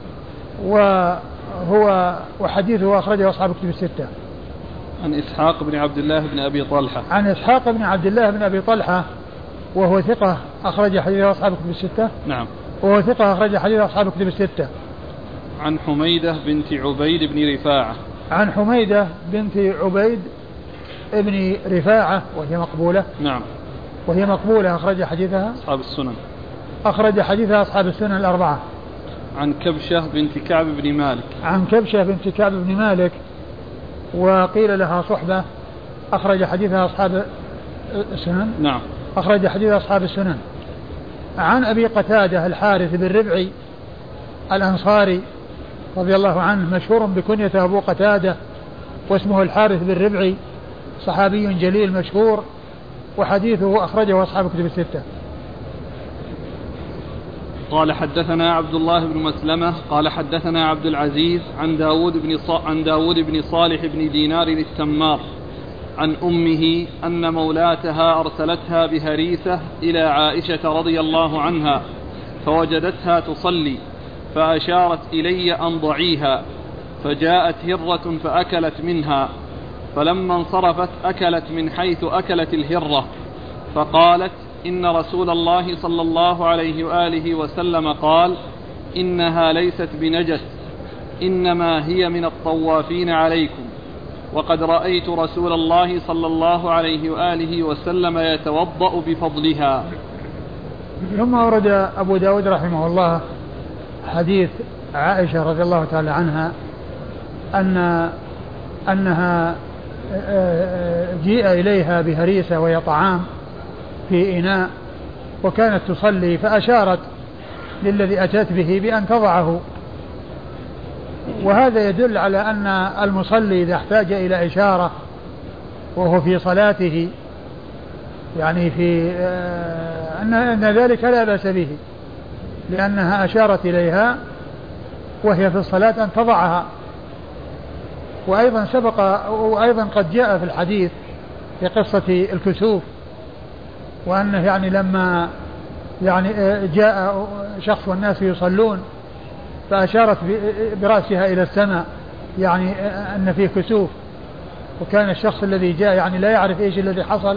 وحديثه أخرجه أصحاب كتب الستة. عن إسحاق بن عبد الله بن أبي طلحة. عن إسحاق بن عبد الله بن أبي طلحة وهو ثقة أخرج حديثه أصحاب كتب الستة. نعم. وهو ثقة أخرج حديثه أصحاب كتب الستة. عن حميدة بنت عبيد بن رفاعة. عن حميدة بنت عبيد ابن رفاعة وهي مقبولة. نعم. وهي مقبولة أخرج حديثها أصحاب السنن. أخرج حديثها أصحاب السنن الأربعة. عن كبشة بنت كعب بن مالك. عن كبشة بنت كعب بن مالك وقيل لها صحبة أخرج حديثها أصحاب السنن. نعم. أخرج حديث أصحاب السنن. عن أبي قتادة الحارث بن ربعي الأنصاري رضي الله عنه، مشهور بكنية أبو قتادة واسمه الحارث بن ربعي، صحابي جليل مشهور، وحديثه أخرجه أصحاب كتب الستة. قال حدثنا عبد الله بن مسلمة قال حدثنا عبد العزيز عن داود بن صالح بن دينار التمار عن أمه أن مولاتها أرسلتها بهريسة إلى عائشة رضي الله عنها فوجدتها تصلي فأشارت إلي أن ضعيها، فجاءت هرة فأكلت منها، فلما انصرفت أكلت من حيث أكلت الهرة، فقالت إن رسول الله صلى الله عليه وآله وسلم قال إنها ليست بنجس إنما هي من الطوافين عليكم، وقد رأيت رسول الله صلى الله عليه وآله وسلم يتوضأ بفضلها. ثم ورد أبو داود رحمه الله حديث عائشة رضي الله تعالى عنها أنها جيء إليها بهريسة وهي طعام في إناء، وكانت تصلي فأشارت للذي أتت به بأن تضعه، وهذا يدل على أن المصلي إذا احتاج إلى إشارة وهو في صلاته يعني في أن ذلك لا بأس به، لأنها أشارت إليها وهي في الصلاة أن تضعها. وأيضا قد جاء في الحديث في قصة الكسوف، وأنه يعني لما يعني جاء شخص والناس يصلون فأشارت برأسها إلى السماء يعني أن فيه كسوف، وكان الشخص الذي جاء يعني لا يعرف إيش الذي حصل،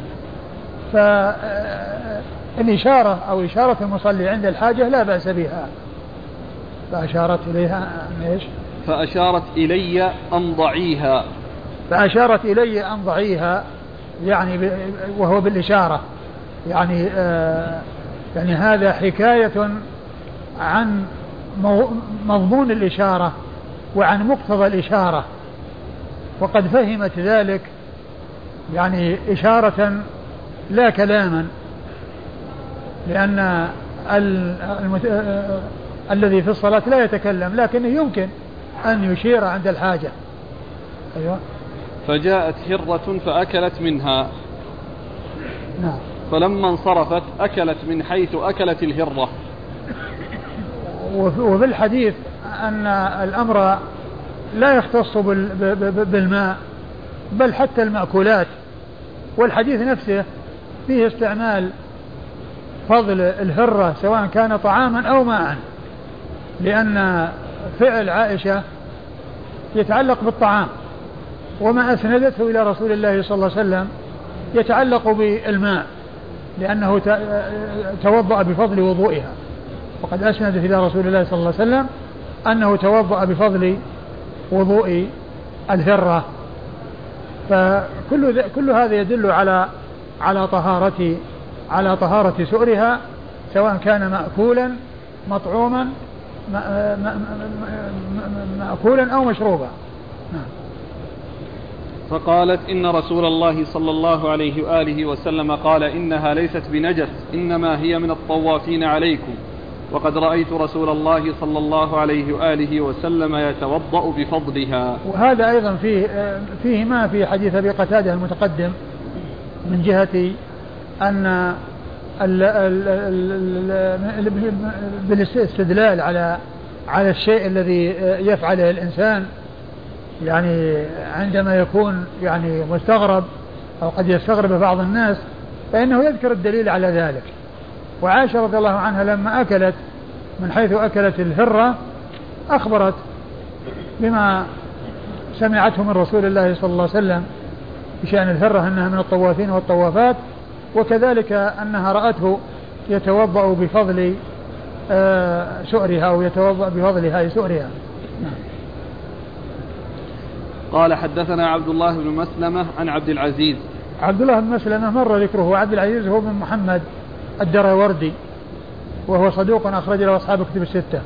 فالإشارة أو إشارة المصلي عند الحاجة لا بأس بها. فأشارت إليها إيش؟ فأشارت إلي أن ضعيها. فأشارت إلي أن ضعيها يعني وهو بالإشارة يعني يعني هذا حكاية عن مضمون الإشارة وعن مقتضى الإشارة، وقد فهمت ذلك يعني إشارة لا كلاما، لأن الذي في الصلاة لا يتكلم لكنه يمكن أن يشير عند الحاجة. أيوة. فجاءت هرة فأكلت منها. نعم. فلما انصرفت أكلت من حيث أكلت الهرة. وفي الحديث أن الأمر لا يختص بالماء بل حتى المأكولات، والحديث نفسه فيه استعمال فضل الهرة سواء كان طعاما أو ماء، لأن فعل عائشة يتعلق بالطعام، وما أسندته إلى رسول الله صلى الله عليه وسلم يتعلق بالماء لأنه توضأ بفضل وضوئها، وقد أسندت إلى رسول الله صلى الله عليه وسلم أنه توضأ بفضل وضوء الهرة. فكل هذا يدل على طهارة سؤرها سواء كان مأكولا مطعوما مأكولا أو مشروبا. فقالت إن رسول الله صلى الله عليه وآله وسلم قال إنها ليست بنجس إنما هي من الطوافين عليكم، وقد رأيت رسول الله صلى الله عليه وآله وسلم يتوضأ بفضلها. وهذا أيضا فيه ما في حديث أبي قتادة المتقدم من جهة أن بالاستدلال على الشيء الذي يفعله الإنسان يعني عندما يكون يعني مستغرب أو قد يستغرب بعض الناس فإنه يذكر الدليل على ذلك. وعائشة رضي الله عنها لما أكلت من حيث أكلت الهرة أخبرت بما سمعته من رسول الله صلى الله عليه وسلم بشأن الهرة أنها من الطوافين والطوافات، وكذلك أنها رأته يتوضأ بفضل سؤرها أو يتوضأ بفضل سؤرها. قال حدثنا عبد الله بن مسلمة عن عبد العزيز. عبد الله بن مسلمة مر ذكره. عبد العزيز هو بن محمد الدراوردي وهو صدوق أخرج له أصحاب كتب الستة.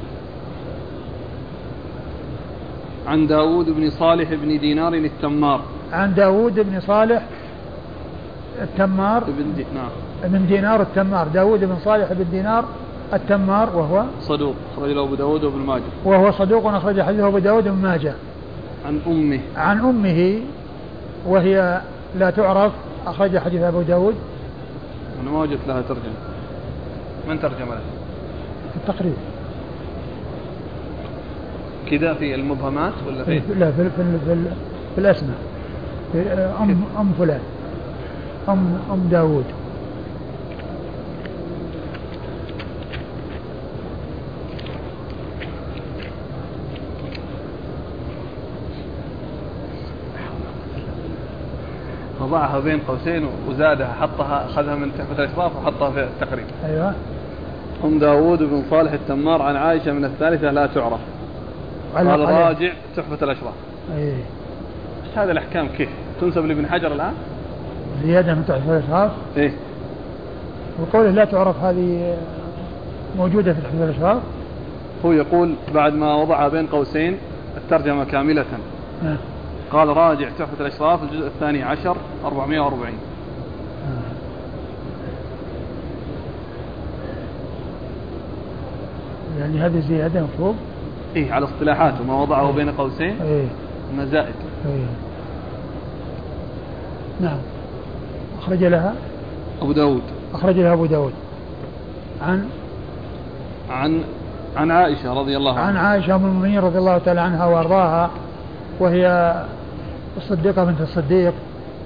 عن داود بن صالح بن دينار التمار. عن داود بن صالح التمار من دينار التمار. داود بن صالح بن دينار التمار وهو صدوق أخرج له أبو داود وابن ماجه. وهو صدوق أخرج حديثه أبو داود وابن ماجه. عن أمه وهي لا تعرف أخرج حديث أبو داود. أنا ما وجدت لها ترجمة. من ترجم لها؟ في التقريب كذا في المبهمات ولا في؟ لا في الأسماء أم فلان أم داود. وضعها بين قوسين وزادها حطها أخذها من تحفة الأشراف وحطها في التقريب. أيوة. أم داود بن صالح التمار عن عائشة من الثالثة لا تعرف. قال راجع تحفة الأشراف. أيه. هذا الأحكام كيف تنسب لابن حجر الآن؟ زيادة من تحفة الأشراف. إيه. وقوله لا تعرف هذه موجودة في تحفة الأشراف. هو يقول بعد ما وضعها بين قوسين الترجمة كاملة. قال راجع تحفة الأشراف الجزء 12 440. يعني هذه زيادة مفروض. إيه على اصطلاحاته وما وضعه بين قوسين. إيه. ما زائد. إيه. نعم. أخرج لها أبو داود. أخرج لها أبو داود عن عائشة رضي الله عنها. عن عائشة أم المؤمنين رضي الله تعالى عنها وأرضاها وهي الصديقة بنت الصديق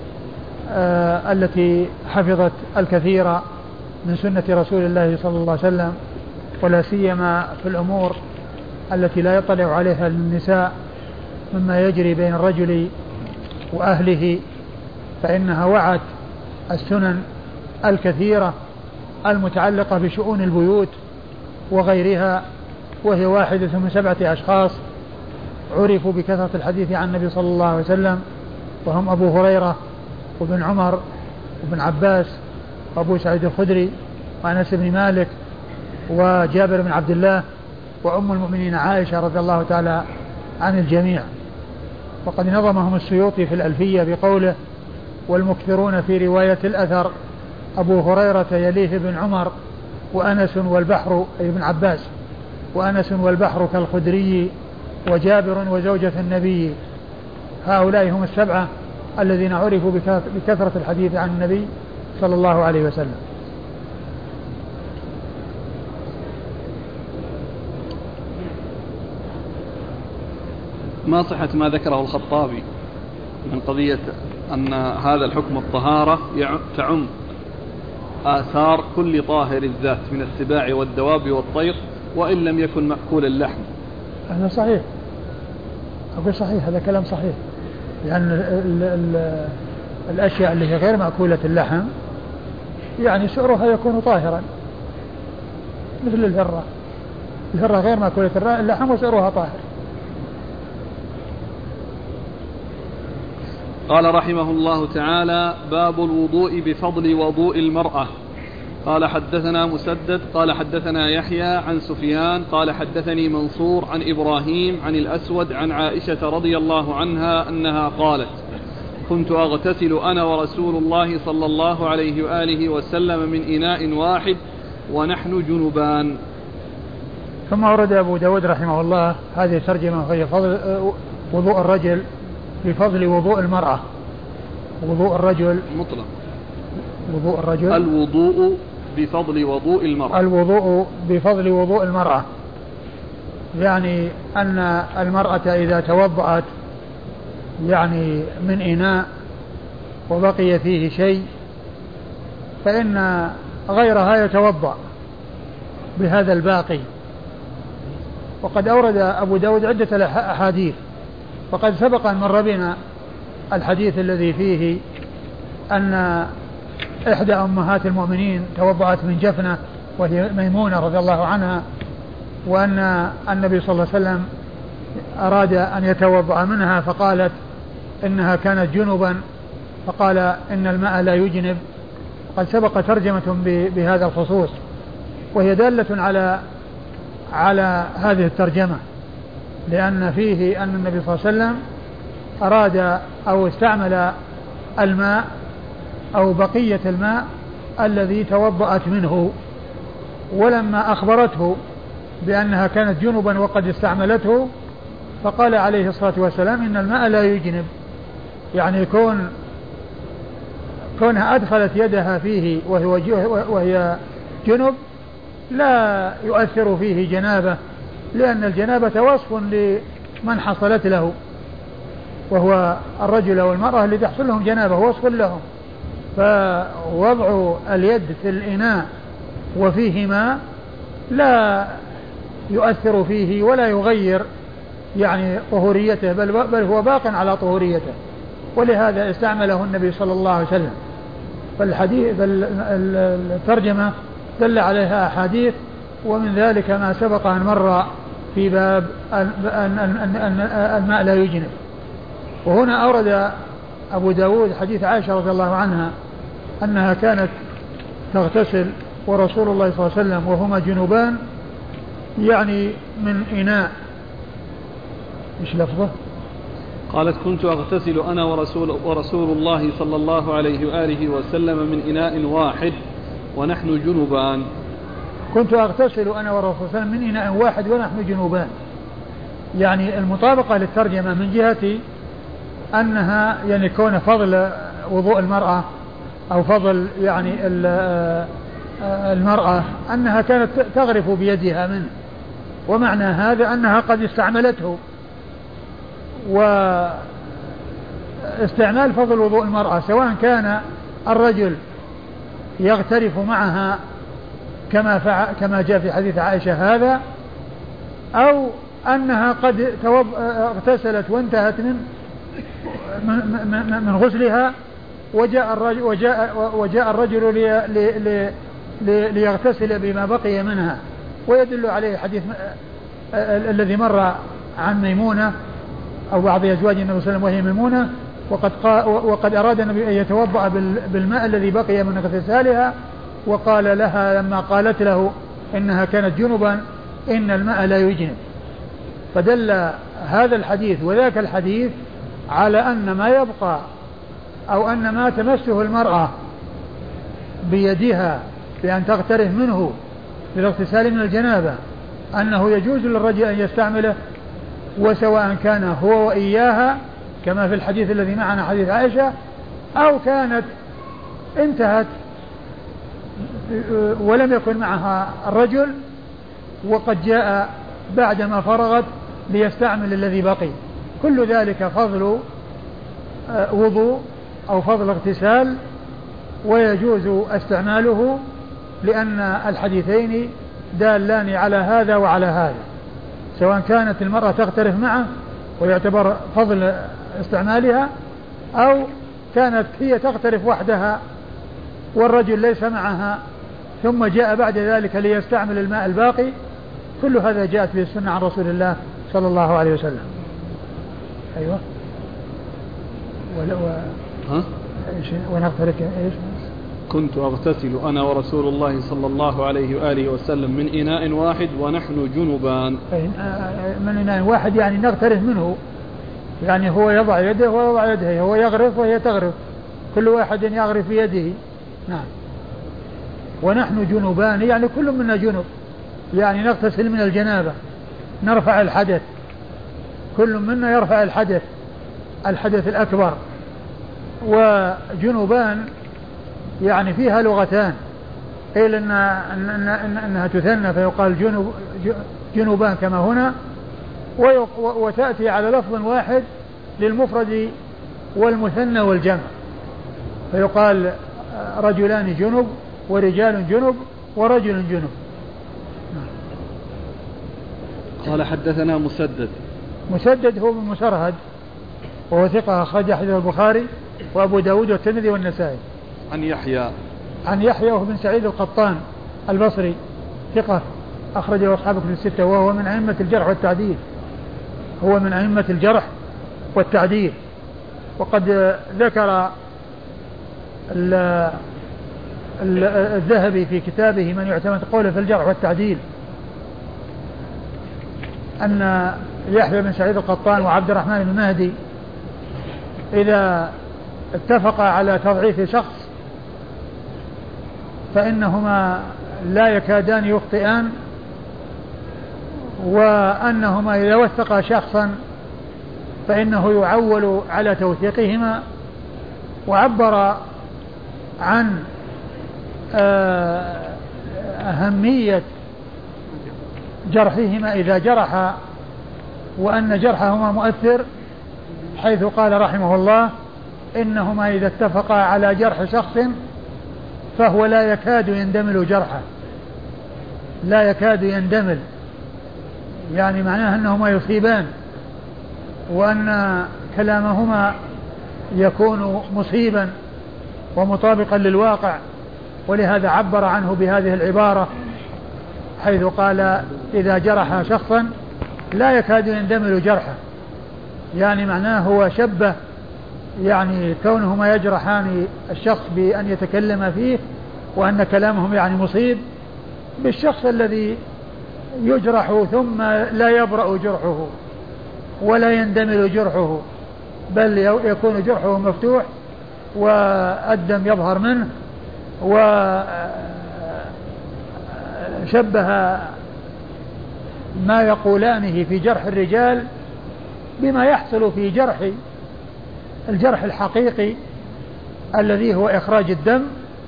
التي حفظت الكثير من سنة رسول الله صلى الله عليه وسلم ولا سيما في الأمور التي لا يطلع عليها النساء مما يجري بين الرجل وأهله، فإنها وعت السنن الكثيرة المتعلقة بشؤون البيوت وغيرها، وهي واحدة من 7 أشخاص عرفوا بكثرة الحديث عن النبي صلى الله عليه وسلم، وهم أبو هريرة وابن عمر وابن عباس وأبو سعيد الخدري وأنس بن مالك وجابر بن عبد الله وأم المؤمنين عائشة رضي الله تعالى عن الجميع. وقد نظمهم السيوطي في الألفية بقوله والمكثرون في رواية الأثر أبو هريرة يليه ابن عمر وأنس والبحر أي ابن عباس وأنس والبحر كالخدري وجابر وزوجة النبي. هؤلاء هم 7 الذين عرفوا بكثرة الحديث عن النبي صلى الله عليه وسلم. ما صحة ما ذكره الخطابي من قضية أن هذا الحكم الطهارة تعم آثار كل طاهر الذات من السباع والدواب والطير وإن لم يكن مأكول اللحم؟ هذا صحيح، أقول صحيح، هذا كلام صحيح، لأن الأشياء اللي هي غير مأكولة اللحم يعني سعرها يكون طاهرا مثل الهرة. الهرة غير مأكولة اللحم وسعرها طاهر. قال رحمه الله تعالى باب الوضوء بفضل وضوء المرأة. قال حدثنا مسدد قال حدثنا يحيى عن سفيان قال حدثني منصور عن إبراهيم عن الأسود عن عائشة رضي الله عنها أنها قالت كنت أغتسل أنا ورسول الله صلى الله عليه وآله وسلم من إناء واحد ونحن جنبان. ثم ورد أبو داود رحمه الله هذه الترجمة وهي فضل وضوء الرجل بفضل وضوء المرأة. وضوء الرجل مطلق. وضوء الرجل الوضوء بفضل وضوء المرأة. الوضوء بفضل وضوء المرأة، يعني أن المرأة إذا توضأت يعني من إناء وبقي فيه شيء فإن غيرها يتوضأ بهذا الباقي. وقد أورد أبو داود عدة أحاديث، وقد سبق أن مر بنا الحديث الذي فيه أن إحدى أمهات المؤمنين توضأت من جفنة وهي ميمونة رضي الله عنها، وأن النبي صلى الله عليه وسلم أراد أن يتوضأ منها فقالت إنها كانت جنبا فقال إن الماء لا يجنب. قد سبق ترجمة بهذا الخصوص، وهي دالة على هذه الترجمة، لأن فيه أن النبي صلى الله عليه وسلم أراد أو استعمل الماء أو بقية الماء الذي توضأت منه، ولما أخبرته بأنها كانت جنبا وقد استعملته فقال عليه الصلاة والسلام إن الماء لا يجنب، يعني كونها أدخلت يدها فيه وهي جنب لا يؤثر فيه جنابة، لأن الجنابة وصف لمن حصلت له، وهو الرجل والمرأة اللي تحصل لهم جنابة وصف لهم، فوضع اليد في الإناء وفيه ماء لا يؤثر فيه ولا يغير يعني طهوريته، بل هو باق على طهوريته، ولهذا استعمله النبي صلى الله عليه وسلم. فالحديث الترجمة دل عليها أحاديث، ومن ذلك ما سبق أن مر في باب أن الماء لا يجنب. وهنا أورد أبو داود حديث عائشة رضي الله عنها أنها كانت تغتسل ورسول الله صلى الله عليه وسلم وهما جنوبان، يعني من إناء. إيش لفظه؟ قالت كنت أغتسل أنا ورسول الله صلى الله عليه وآله وسلم من إناء واحد ونحن جنوبان. كنت أغتسل أنا ورسول الله صلى الله عليه وسلم من إناء واحد ونحن جنوبان، يعني المطابقة للترجمة من جهة أنها يعني كون فضل وضوء المرأة أو فضل يعني المرأة أنها كانت تغرف بيدها منه، ومعنى هذا أنها قد استعملته. واستعمال فضل وضوء المرأة سواء كان الرجل يغترف معها كما جاء في حديث عائشة هذا، أو أنها قد اغتسلت وانتهت من غسلها وجاء الرجل ليغتسل بما بقي منها. ويدل عليه حديث الذي مر عن ميمونة أو بعض أزواج النبي صلى الله عليه وسلم وهي ميمونة، وقد أراد النبي أن يتوضأ بالماء الذي بقي من اغتسالها، وقال لها لما قالت له إنها كانت جنبا إن الماء لا يجنب. فدل هذا الحديث وذاك الحديث على أن ما يبقى أو أن ما تمسه المرأة بيدها بأن تغترف منه للاغتسال من الجنابة أنه يجوز للرجل أن يستعمله، وسواء كان هو وإياها كما في الحديث الذي معنا حديث عائشة، أو كانت انتهت ولم يكن معها الرجل وقد جاء بعدما فرغت ليستعمل الذي بقي. كل ذلك فضل وضوء أو فضل اغتسال، ويجوز استعماله لأن الحديثين دالان على هذا وعلى هذا، سواء كانت المرأة تغترف معه ويعتبر فضل استعمالها، أو كانت هي تغترف وحدها والرجل ليس معها ثم جاء بعد ذلك ليستعمل الماء الباقي. كل هذا جاءت به السنة عن رسول الله صلى الله عليه وسلم. أيوة. ونغترف إيش؟ كنت أغتسل أنا ورسول الله صلى الله عليه وآله وسلم من إناء واحد ونحن جنبان. من إناء واحد يعني نغترف منه، يعني هو يضع يده ويضع يده، هو يغرف وهي تغرف، كل واحد يغرف بيده. نعم. ونحن جنبان يعني كل منا جنب، يعني نغتسل من الجنابة، نرفع الحدث، كل منا يرفع الحدث الأكبر. وجنوبان يعني فيها لغتان، قيل إنها تثنى فيقال جنوبان كما هنا، وتأتي على لفظ واحد للمفرد والمثنى والجمع، فيقال رجلان جنب ورجال جنب ورجل جنب. قال حدثنا مسدد هو بن مسرهد وهو ثقة أخرج حديث البخاري وأبو داود والترمذي والنسائي. عن يحيى وهو بن سعيد القطان البصري ثقة أخرجه أصحاب كتب الستة وهو من أئمة الجرح والتعديل. وقد ذكر الذهبي في كتابه من يعتمد قوله في الجرح والتعديل أن يحيى بن سعيد القطان وعبد الرحمن بن مهدي إذا اتفقا على تضعيف شخص فإنهما لا يكادان يخطئان، وأنهما إذا وثقا شخصا فإنه يعول على توثيقهما. وعبر عن أهمية جرحهما إذا جرح، وأن جرحهما مؤثر، حيث قال رحمه الله إنهما إذا اتفقا على جرح شخص فهو لا يكاد يندمل يعني معناه أنهما يصيبان، وأن كلامهما يكون مصيبا ومطابقا للواقع، ولهذا عبر عنه بهذه العبارة حيث قال إذا جرح شخصا لا يكاد يندمل جرحه، يعني معناه هو شبه يعني كونهما يجرحان الشخص بأن يتكلم فيه وأن كلامهم يعني مصيب بالشخص الذي يجرح ثم لا يبرأ جرحه ولا يندمل جرحه، بل يكون جرحه مفتوح والدم يظهر منه. وشبه ما يقولانه في جرح الرجال بما يحصل في الجرح الحقيقي الذي هو إخراج الدم،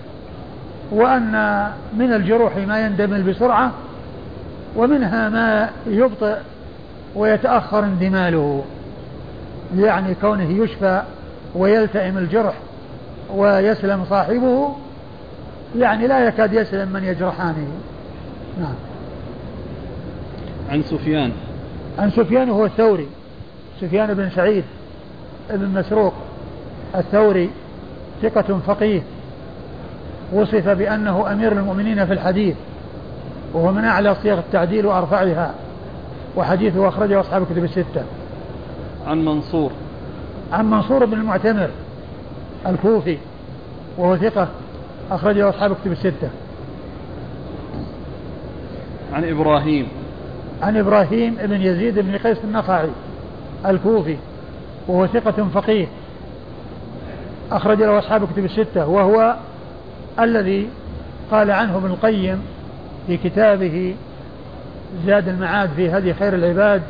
وأن من الجروح ما يندمل بسرعة ومنها ما يبطئ ويتأخر اندماله، يعني كونه يشفى ويلتئم الجرح ويسلم صاحبه، يعني لا يكاد يسلم من يجرحانه. نعم. عن سفيان هو الثوري، سفيان بن سعيد بن مسروق الثوري ثقة فقيه، وصف بأنه أمير المؤمنين في الحديث، وهو من أعلى صيغ التعديل وأرفعها، وحديثه أخرجه أصحاب كتب الستة. عن منصور بن المعتمر الكوفي وهو ثقة أخرجه أصحاب كتب الستة. عن إبراهيم بن يزيد بن قيس النخعي الكوفي وهو ثقة فقيه أخرج له أصحاب كتب الستة، وهو الذي قال عنه ابن القيم في كتابه زاد المعاد في هدي خير العباد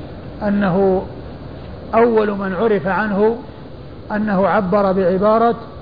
أنه أول من عرف عنه أنه عبر بعبارة